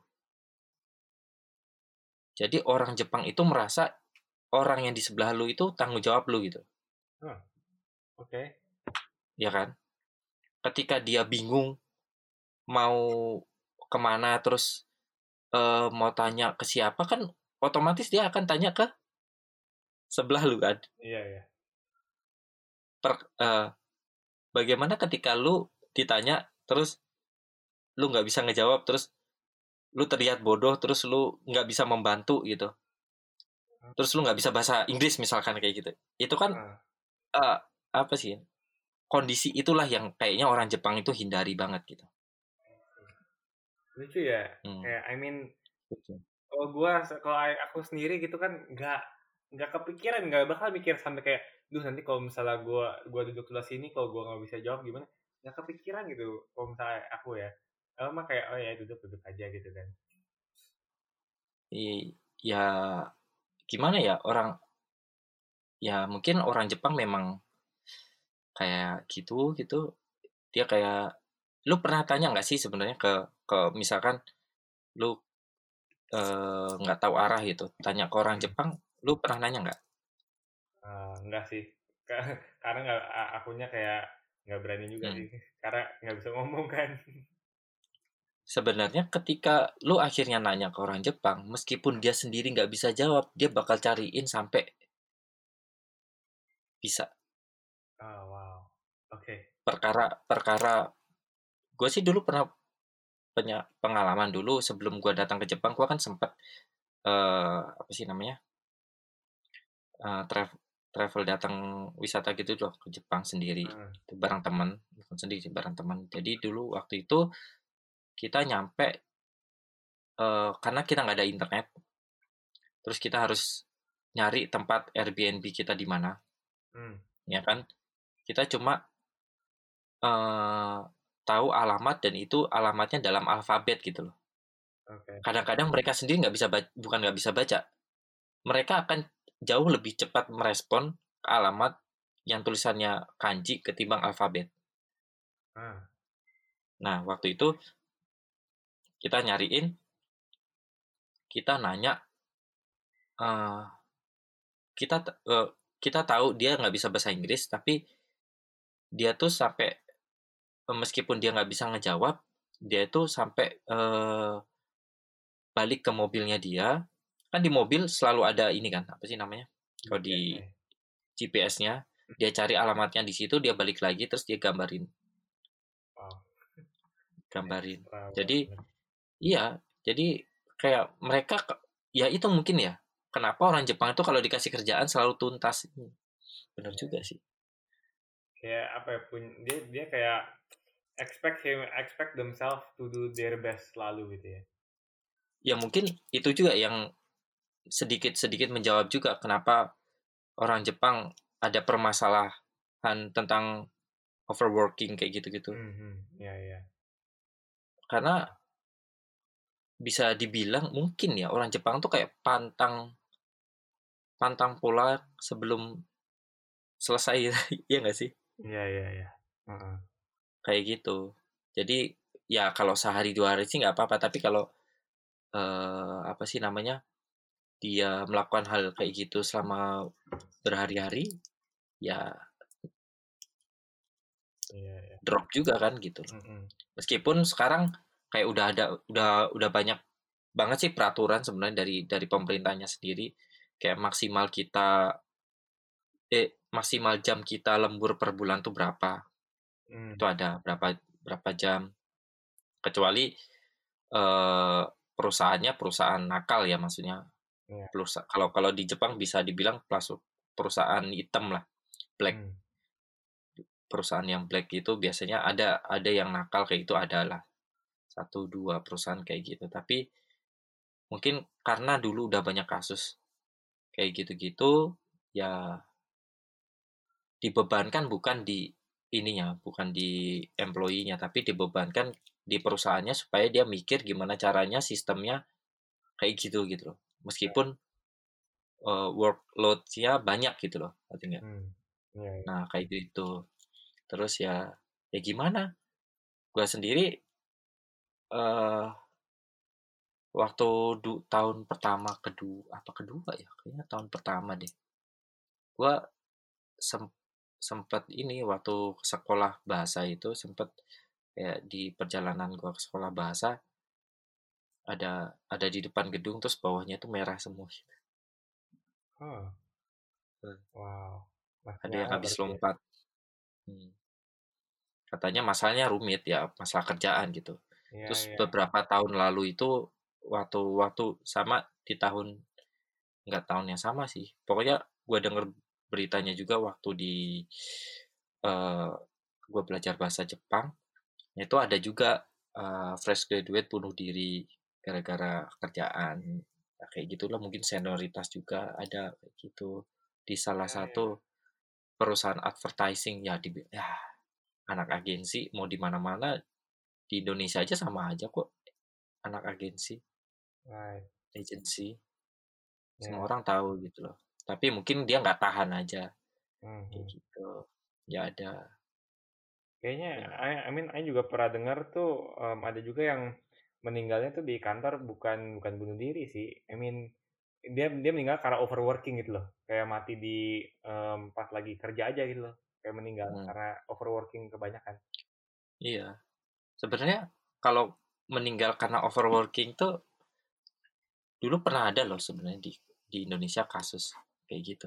jadi orang Jepang itu merasa orang yang di sebelah lu itu tanggung jawab lu gitu. Oh, oke. Okay. Ya kan, ketika dia bingung mau kemana, terus uh, mau tanya ke siapa kan otomatis dia akan tanya ke sebelah lu kan. Iya, iya. Per, uh, bagaimana ketika lu ditanya terus lu nggak bisa ngejawab, terus lu terlihat bodoh, terus lu nggak bisa membantu gitu, terus lu nggak bisa bahasa Inggris misalkan kayak gitu. Itu kan Ah, uh, apa sih, kondisi itulah yang kayaknya orang Jepang itu hindari banget gitu. lucu ya. hmm. Kayak I mean, Gitu. kalau gua kalau I- aku sendiri gitu kan nggak nggak kepikiran, nggak bakal mikir sampai kayak, duh nanti kalau misalnya gua gua duduk sebelah sini, kalau gua nggak bisa jawab gimana? Nggak kepikiran gitu. Kalau misalnya aku ya, aku mah kayak oh ya duduk duduk aja gitu kan. I- ya gimana ya, orang ya mungkin orang Jepang memang kayak gitu gitu. Dia kayak, lu pernah tanya nggak sih sebenarnya ke ke misalkan lu eh, nggak tahu arah gitu, tanya ke orang Hmm. Jepang, lu pernah nanya nggak? Uh, enggak sih. Karena nggak akunya kayak nggak berani juga hmm. sih. Karena nggak bisa ngomong kan. Sebenarnya ketika lu akhirnya nanya ke orang Jepang, meskipun dia sendiri nggak bisa jawab, dia bakal cariin sampai bisa. Oh wow. Oke. Okay. Perkara perkara gue sih dulu pernah punya pengalaman dulu sebelum gue datang ke Jepang. Gue kan sempat uh, apa sih namanya, uh, travel travel datang wisata gitu loh ke Jepang sendiri, Uh, bareng teman, bukan sendiri bareng teman. Jadi dulu waktu itu kita nyampe uh, karena kita nggak ada internet, terus kita harus nyari tempat Airbnb kita di mana. hmm. Ya kan, kita cuma uh, tahu alamat, dan itu alamatnya dalam alfabet gitu loh. Oke. Okay. Kadang-kadang mereka sendiri nggak bisa baca, bukan nggak bisa baca, mereka akan jauh lebih cepat merespon ke alamat yang tulisannya kanji ketimbang alfabet. Ah. Nah, waktu itu kita nyariin, kita nanya, uh, kita uh, kita tahu dia nggak bisa bahasa Inggris, tapi dia tuh sampai meskipun dia nggak bisa ngejawab, dia tuh sampai uh, balik ke mobilnya dia. Kan di mobil selalu ada ini kan, apa sih namanya, kalau di G P S-nya, dia cari alamatnya di situ, dia balik lagi, terus dia gambarin Wow. gambarin Wow. jadi iya, jadi kayak mereka, ya itu mungkin ya kenapa orang Jepang itu kalau dikasih kerjaan selalu tuntas. Benar juga sih. Kayak apa ya, pun dia dia kayak expect him expect themselves to do their best selalu gitu ya. Ya mungkin itu juga yang sedikit-sedikit menjawab juga kenapa orang Jepang ada permasalahan tentang overworking kayak gitu-gitu. Hmm, hmm. Ya, ya. Karena bisa dibilang mungkin ya orang Jepang tuh kayak pantang pantang pola sebelum selesai iya nggak sih? Iya, iya, iya. Heeh. Kayak gitu. Jadi ya kalau sehari dua hari sih nggak apa-apa, tapi kalau eh, apa sih namanya dia melakukan hal kayak gitu selama berhari-hari, ya Iya, iya. drop juga kan gitu loh. Mm-mm. Meskipun sekarang kayak udah ada udah udah banyak banget sih peraturan sebenarnya dari dari pemerintahnya sendiri kayak maksimal kita eh maksimal jam kita lembur per bulan tuh berapa. Itu Mm. ada berapa berapa jam. Kecuali eh, perusahaannya perusahaan nakal ya maksudnya. Iya. Perusa- kalau kalau di Jepang bisa dibilang plus perusahaan hitam lah, black. Mm. Perusahaan yang black itu biasanya ada ada yang nakal kayak itu adalah satu dua perusahaan kayak gitu. Tapi mungkin karena dulu udah banyak kasus kayak gitu-gitu ya dibebankan bukan di ininya, bukan di employee-nya, tapi dibebankan di perusahaannya supaya dia mikir gimana caranya sistemnya kayak gitu gitu loh. Meskipun uh, workload-nya banyak gitu loh, ngerti nggak? Mm. Iya, iya. Nah kayak gitu. Terus ya ya gimana? Gua sendiri eh waktu du, tahun pertama kedua apa kedua ya kayaknya tahun pertama deh gua sem, sempet ini waktu ke sekolah bahasa itu sempet kayak di perjalanan gua ke sekolah bahasa ada ada di depan gedung terus bawahnya tuh merah semua. Oh, Hmm. wow. Masih Ada yang nyala habis berarti ya. lompat. Hmm. Katanya masalahnya rumit ya masalah kerjaan gitu. Iya, Terus iya. beberapa tahun lalu itu waktu waktu sama di tahun nggak tahun yang sama sih pokoknya gue denger beritanya juga waktu di eh gue belajar bahasa Jepang itu ada juga eh, fresh graduate bunuh diri gara-gara kerjaan. Nah, kayak gitulah mungkin senioritas juga ada kayak gitu di salah Iya, iya. satu perusahaan advertising ya di ya anak agensi mau di mana-mana di Indonesia aja sama aja kok anak agensi Right. agensi semua Ya. orang tahu gitu loh tapi mungkin dia nggak tahan aja kayak Mhm. gitu ya ada Kayaknya, ya I, I mean, I juga pernah dengar tuh em, ada juga yang meninggalnya tuh di kantor bukan bukan bunuh diri sih. I mean, dia dia meninggal karena overworking gitu loh. Kayak mati di em, pas lagi kerja aja gitu loh. Kayak meninggal hmm, karena overworking kebanyakan. iya sebenarnya kalau meninggal karena overworking tuh dulu pernah ada loh sebenarnya di di Indonesia kasus kayak gitu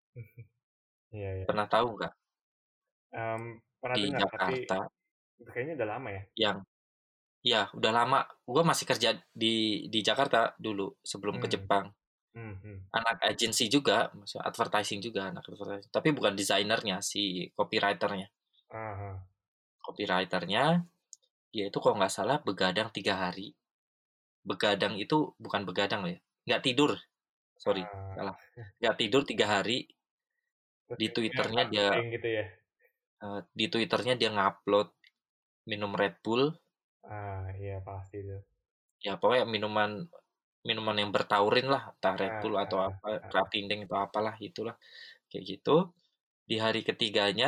Iya, iya. pernah tahu nggak Em, pernah di dengar tapi Jakarta kayaknya udah lama ya. yang ya udah lama gue masih kerja di di Jakarta dulu sebelum ke Hmm. Jepang Hmm. Hmm. anak agensi juga maksudnya advertising juga anak advertising tapi bukan desainernya si copywriternya Aha. copywriternya dia itu kalau nggak salah begadang tiga hari. Begadang itu bukan begadang loh ya nggak tidur sorry Ah. salah nggak tidur tiga hari. Terus Di tiba-tiba twitternya dia fasting gitu ya. eh, di twitternya dia ngupload minum Red Bull Ah, iya pasti tuh. ya pokoknya minuman minuman yang bertaurin lah entah Red Ah, Bull atau ah, apa ah. Kraftinding atau apalah itulah kayak gitu di hari ketiganya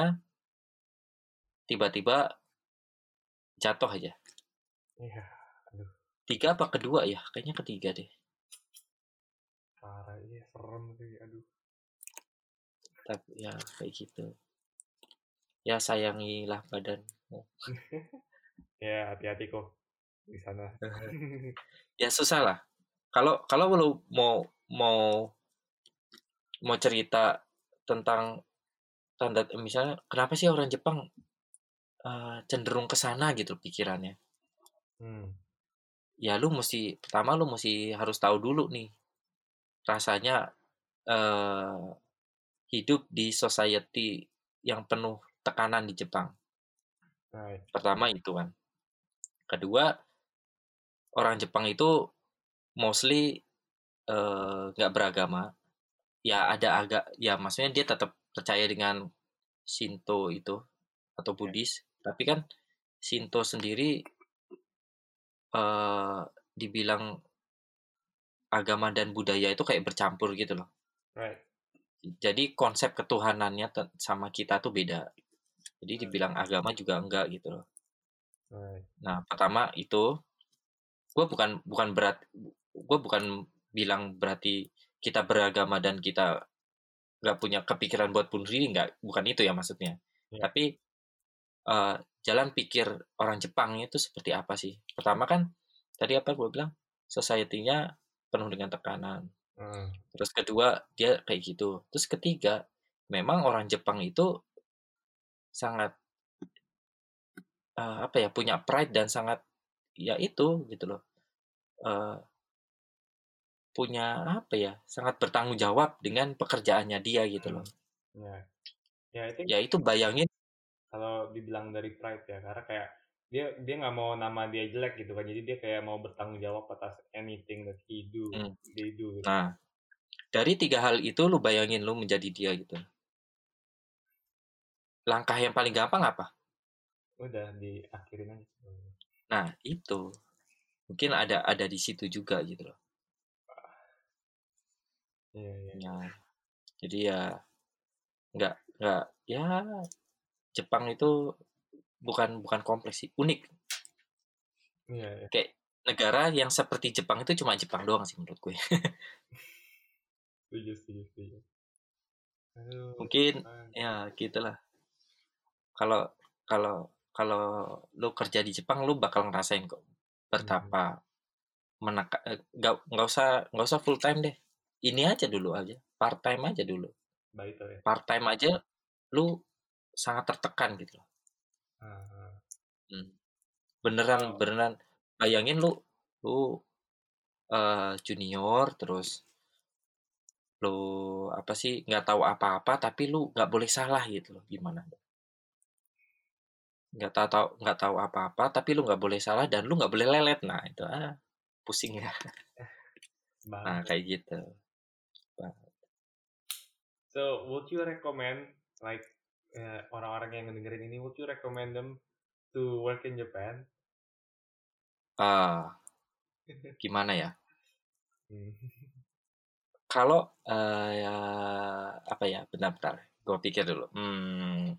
tiba-tiba jatuh aja Iya, aduh, tiga apa kedua ya kayaknya ketiga deh parah iya serem sih, aduh. tapi ya kayak gitu ya sayangilah badan. Ya hati-hati kok di sana. Ya susah lah kalau kalau lu mau mau mau cerita tentang tanda misalnya kenapa sih orang Jepang eh, cenderung ke sana gitu pikirannya Hmm. ya lu mesti pertama lu mesti harus tahu dulu nih rasanya eh, hidup di society yang penuh tekanan di Jepang Right. pertama itu kan kedua orang Jepang itu mostly eh, nggak beragama ya ada agak ya maksudnya dia tetap percaya dengan Shinto itu atau Ya. Buddhis tapi kan Shinto sendiri eh, dibilang agama dan budaya itu kayak bercampur gitu loh. Right. Jadi konsep ketuhanannya te- sama kita tuh beda. Jadi dibilang agama juga enggak gitu loh. Right. Nah, pertama itu gue bukan bukan berat gue bukan bilang berarti kita beragama dan kita nggak punya kepikiran buat bunuh diri, nggak, bukan itu ya maksudnya. Yeah. Tapi uh, jalan pikir orang Jepang itu seperti apa sih? Pertama kan tadi apa gue bilang, society-nya penuh dengan tekanan. Mm. Terus kedua dia kayak gitu. Terus ketiga memang orang Jepang itu sangat uh, apa ya, punya pride dan sangat ya itu gitu loh. Uh, punya apa ya, sangat bertanggung jawab dengan pekerjaannya dia gitu loh. Yeah. Yeah, I think Ya itu bayangin kalau dibilang dari pride ya, karena kayak dia dia nggak mau nama dia jelek gitu kan, jadi dia kayak mau bertanggung jawab atas anything that he do, hmm, they do gitu. nah dari tiga hal itu lu bayangin lu menjadi dia gitu. Langkah yang paling gampang apa? Udah diakhirin aja. Nah itu mungkin ada ada di situ juga gitu loh. Iya, iya. Ya, jadi ya nggak nggak ya, Jepang itu bukan bukan kompleks sih, unik. Iya, iya. Kayak negara yang seperti Jepang itu cuma Jepang doang sih menurut gue. Setuju, setuju, setuju. Aduh, Mungkin Jepang. ya gitulah. Kalau kalau kalau lu kerja di Jepang lu bakal ngerasain kok betapa menekan. Nggak nggak usah nggak usah full time deh. Ini aja dulu aja, part time aja dulu. Baik tuh ya. Part time aja lu sangat tertekan gitu loh. Ah, Hmm. Beneran oh, beneran bayangin lu lu uh, junior terus lu apa sih, nggak tahu apa-apa tapi lu nggak boleh salah gitu loh, gimana? Nggak tahu tahu nggak tahu apa-apa tapi lu nggak boleh salah dan lu nggak boleh lelet. Nah itu ah pusing ya. Nah banget. kayak gitu. Nah, So, would you recommend like eh, orang-orang yang dengerin ini, would you recommend them to work in Japan? ah gimana ya? Hmm. Kalau uh, ya, apa ya, benar-benar gue pikir dulu. Hmm,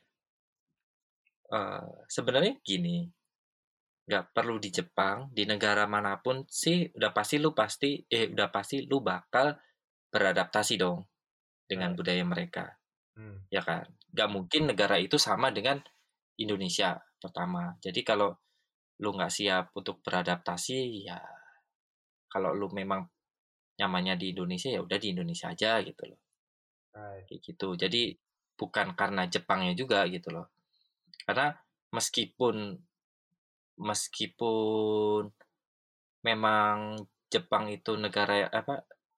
uh, sebenarnya gini, nggak perlu di Jepang, di negara manapun sih udah pasti lu pasti eh udah pasti lu bakal beradaptasi dong dengan Right. budaya mereka, Hmm. ya kan? Nggak mungkin negara itu sama dengan Indonesia pertama. Jadi kalau lu nggak siap untuk beradaptasi, ya kalau lu memang nyamannya di Indonesia ya udah di Indonesia aja gitu loh. Right. Kayak gitu. Jadi bukan karena Jepangnya juga gitu loh. Karena meskipun meskipun memang Jepang itu negara apa,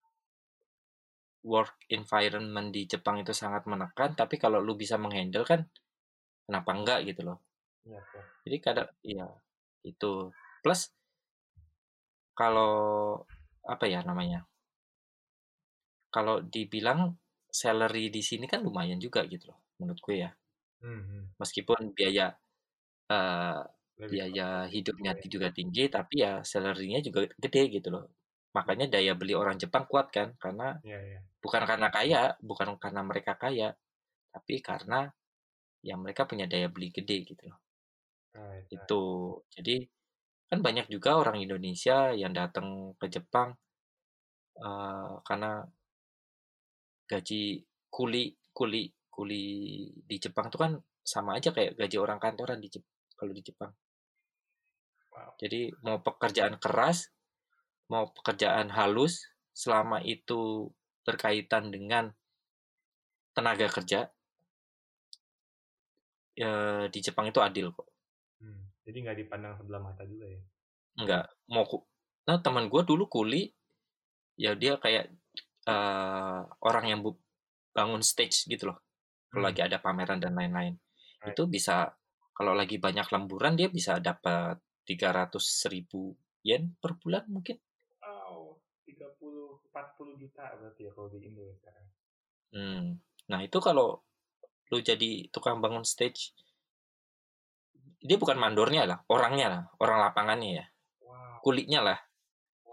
work environment di Jepang itu sangat menekan, tapi kalau lu bisa menghandle kan kenapa enggak gitu loh. Iya, iya. Jadi kadang ya itu plus kalau apa ya namanya? Kalau dibilang salary di sini kan lumayan juga gitu loh menurut gue ya. Hmm, hmm. Meskipun biaya eh, Lebih biaya kostum hidupnya juga ya. juga tinggi tapi ya salary-nya juga gede gitu loh. Makanya daya beli orang Jepang kuat kan, karena Iya, iya. bukan karena kaya, bukan karena mereka kaya, tapi karena ya mereka punya daya beli gede gitu loh. Right, right. Itu. Jadi kan banyak juga orang Indonesia yang datang ke Jepang eh, karena gaji kuli kuli kuli di Jepang tuh kan sama aja kayak gaji orang kantoran di Jep- kalau di Jepang. Wow. Jadi mau pekerjaan keras, mau pekerjaan halus, selama itu berkaitan dengan tenaga kerja, ya di Jepang itu adil kok. Hmm. Jadi nggak dipandang sebelah mata juga ya. Enggak mau ku nah teman gue dulu kuli, ya dia kayak eh, orang yang bu- bangun stage gitu loh kalau Hmm. lagi ada pameran dan lain-lain. Right. Itu bisa, kalau lagi banyak lemburan dia bisa dapat tiga ratus ribu yen per bulan mungkin. Wow, tiga puluh empat puluh juta berarti ya kalau di Indo ya sekarang. Hmm. Nah itu kalau lu jadi tukang bangun stage, dia bukan mandornya lah, orangnya lah, orang lapangannya ya, Wow. kulinya lah.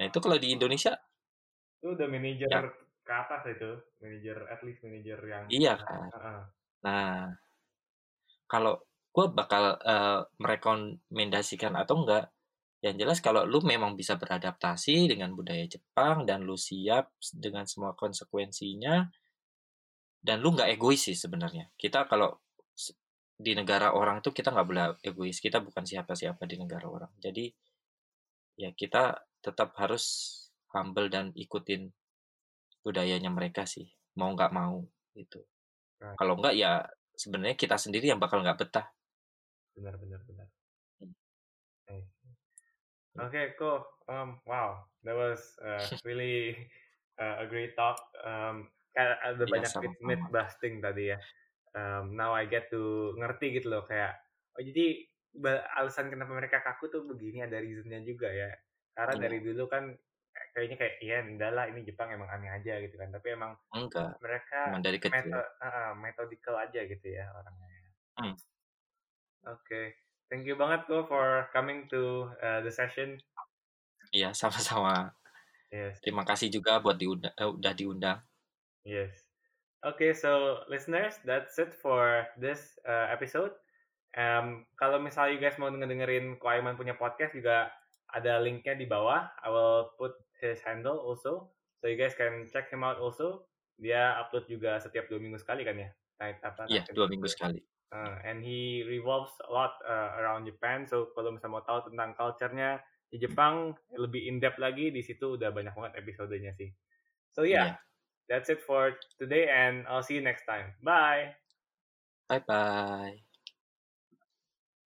Nah itu kalau di Indonesia Itu udah manajer ya ke atas itu, manajer at least manajer yang iya udah, kan. heeh. Nah kalau gue bakal uh, merekomendasikan atau enggak, yang jelas kalau lu memang bisa beradaptasi dengan budaya Jepang dan lu siap dengan semua konsekuensinya dan lu nggak egois sih sebenarnya. Kita kalau s- di negara orang itu kita nggak boleh egois. Kita bukan siapa-siapa di negara orang. Jadi ya kita tetap harus humble dan ikutin budayanya mereka sih. Mau nggak mau gitu. Right. Kalau nggak ya sebenarnya kita sendiri yang bakal nggak betah. Benar benar benar. Hmm. Nice. Okay, cool. Um, wow, that was uh, really uh, a great talk. Um, kayak ada Iya banyak myth, myth sama-sama. busting tadi ya. Um, now I get to ngerti gitu loh kayak, oh jadi ba- alasan kenapa mereka kaku tuh begini, ada reasonnya juga ya. Karena Iya, dari dulu kan eh, kayaknya kayak iya udah lah ini Jepang emang aneh aja gitu kan. Tapi emang enggak. mereka Emang dari kecil. meto, uh, methodical aja gitu ya orangnya. Hmm. Oke, okay. Thank you banget kok for coming to uh, the session. Iya sama-sama. Yes. Terima kasih juga buat diundang, eh, udah diundang. Yes. Okay, so listeners, that's it for this uh, episode. Um, kalau misalnya you guys mau ngedengerin Ko Aiman punya podcast juga ada linknya di bawah. I will put his handle also, so you guys can check him out also. Dia upload juga setiap dua minggu sekali kan ya? Night apa? Iya, Night dua minggu Episode. sekali. Uh, and he revolves a lot uh, around Japan. So kalau misalnya mau tahu tentang culture-nya di Jepang lebih in depth lagi, di situ udah banyak banget episodenya sih. So yeah. Iya. That's it for today, and I'll see you next time. Bye. Bye-bye.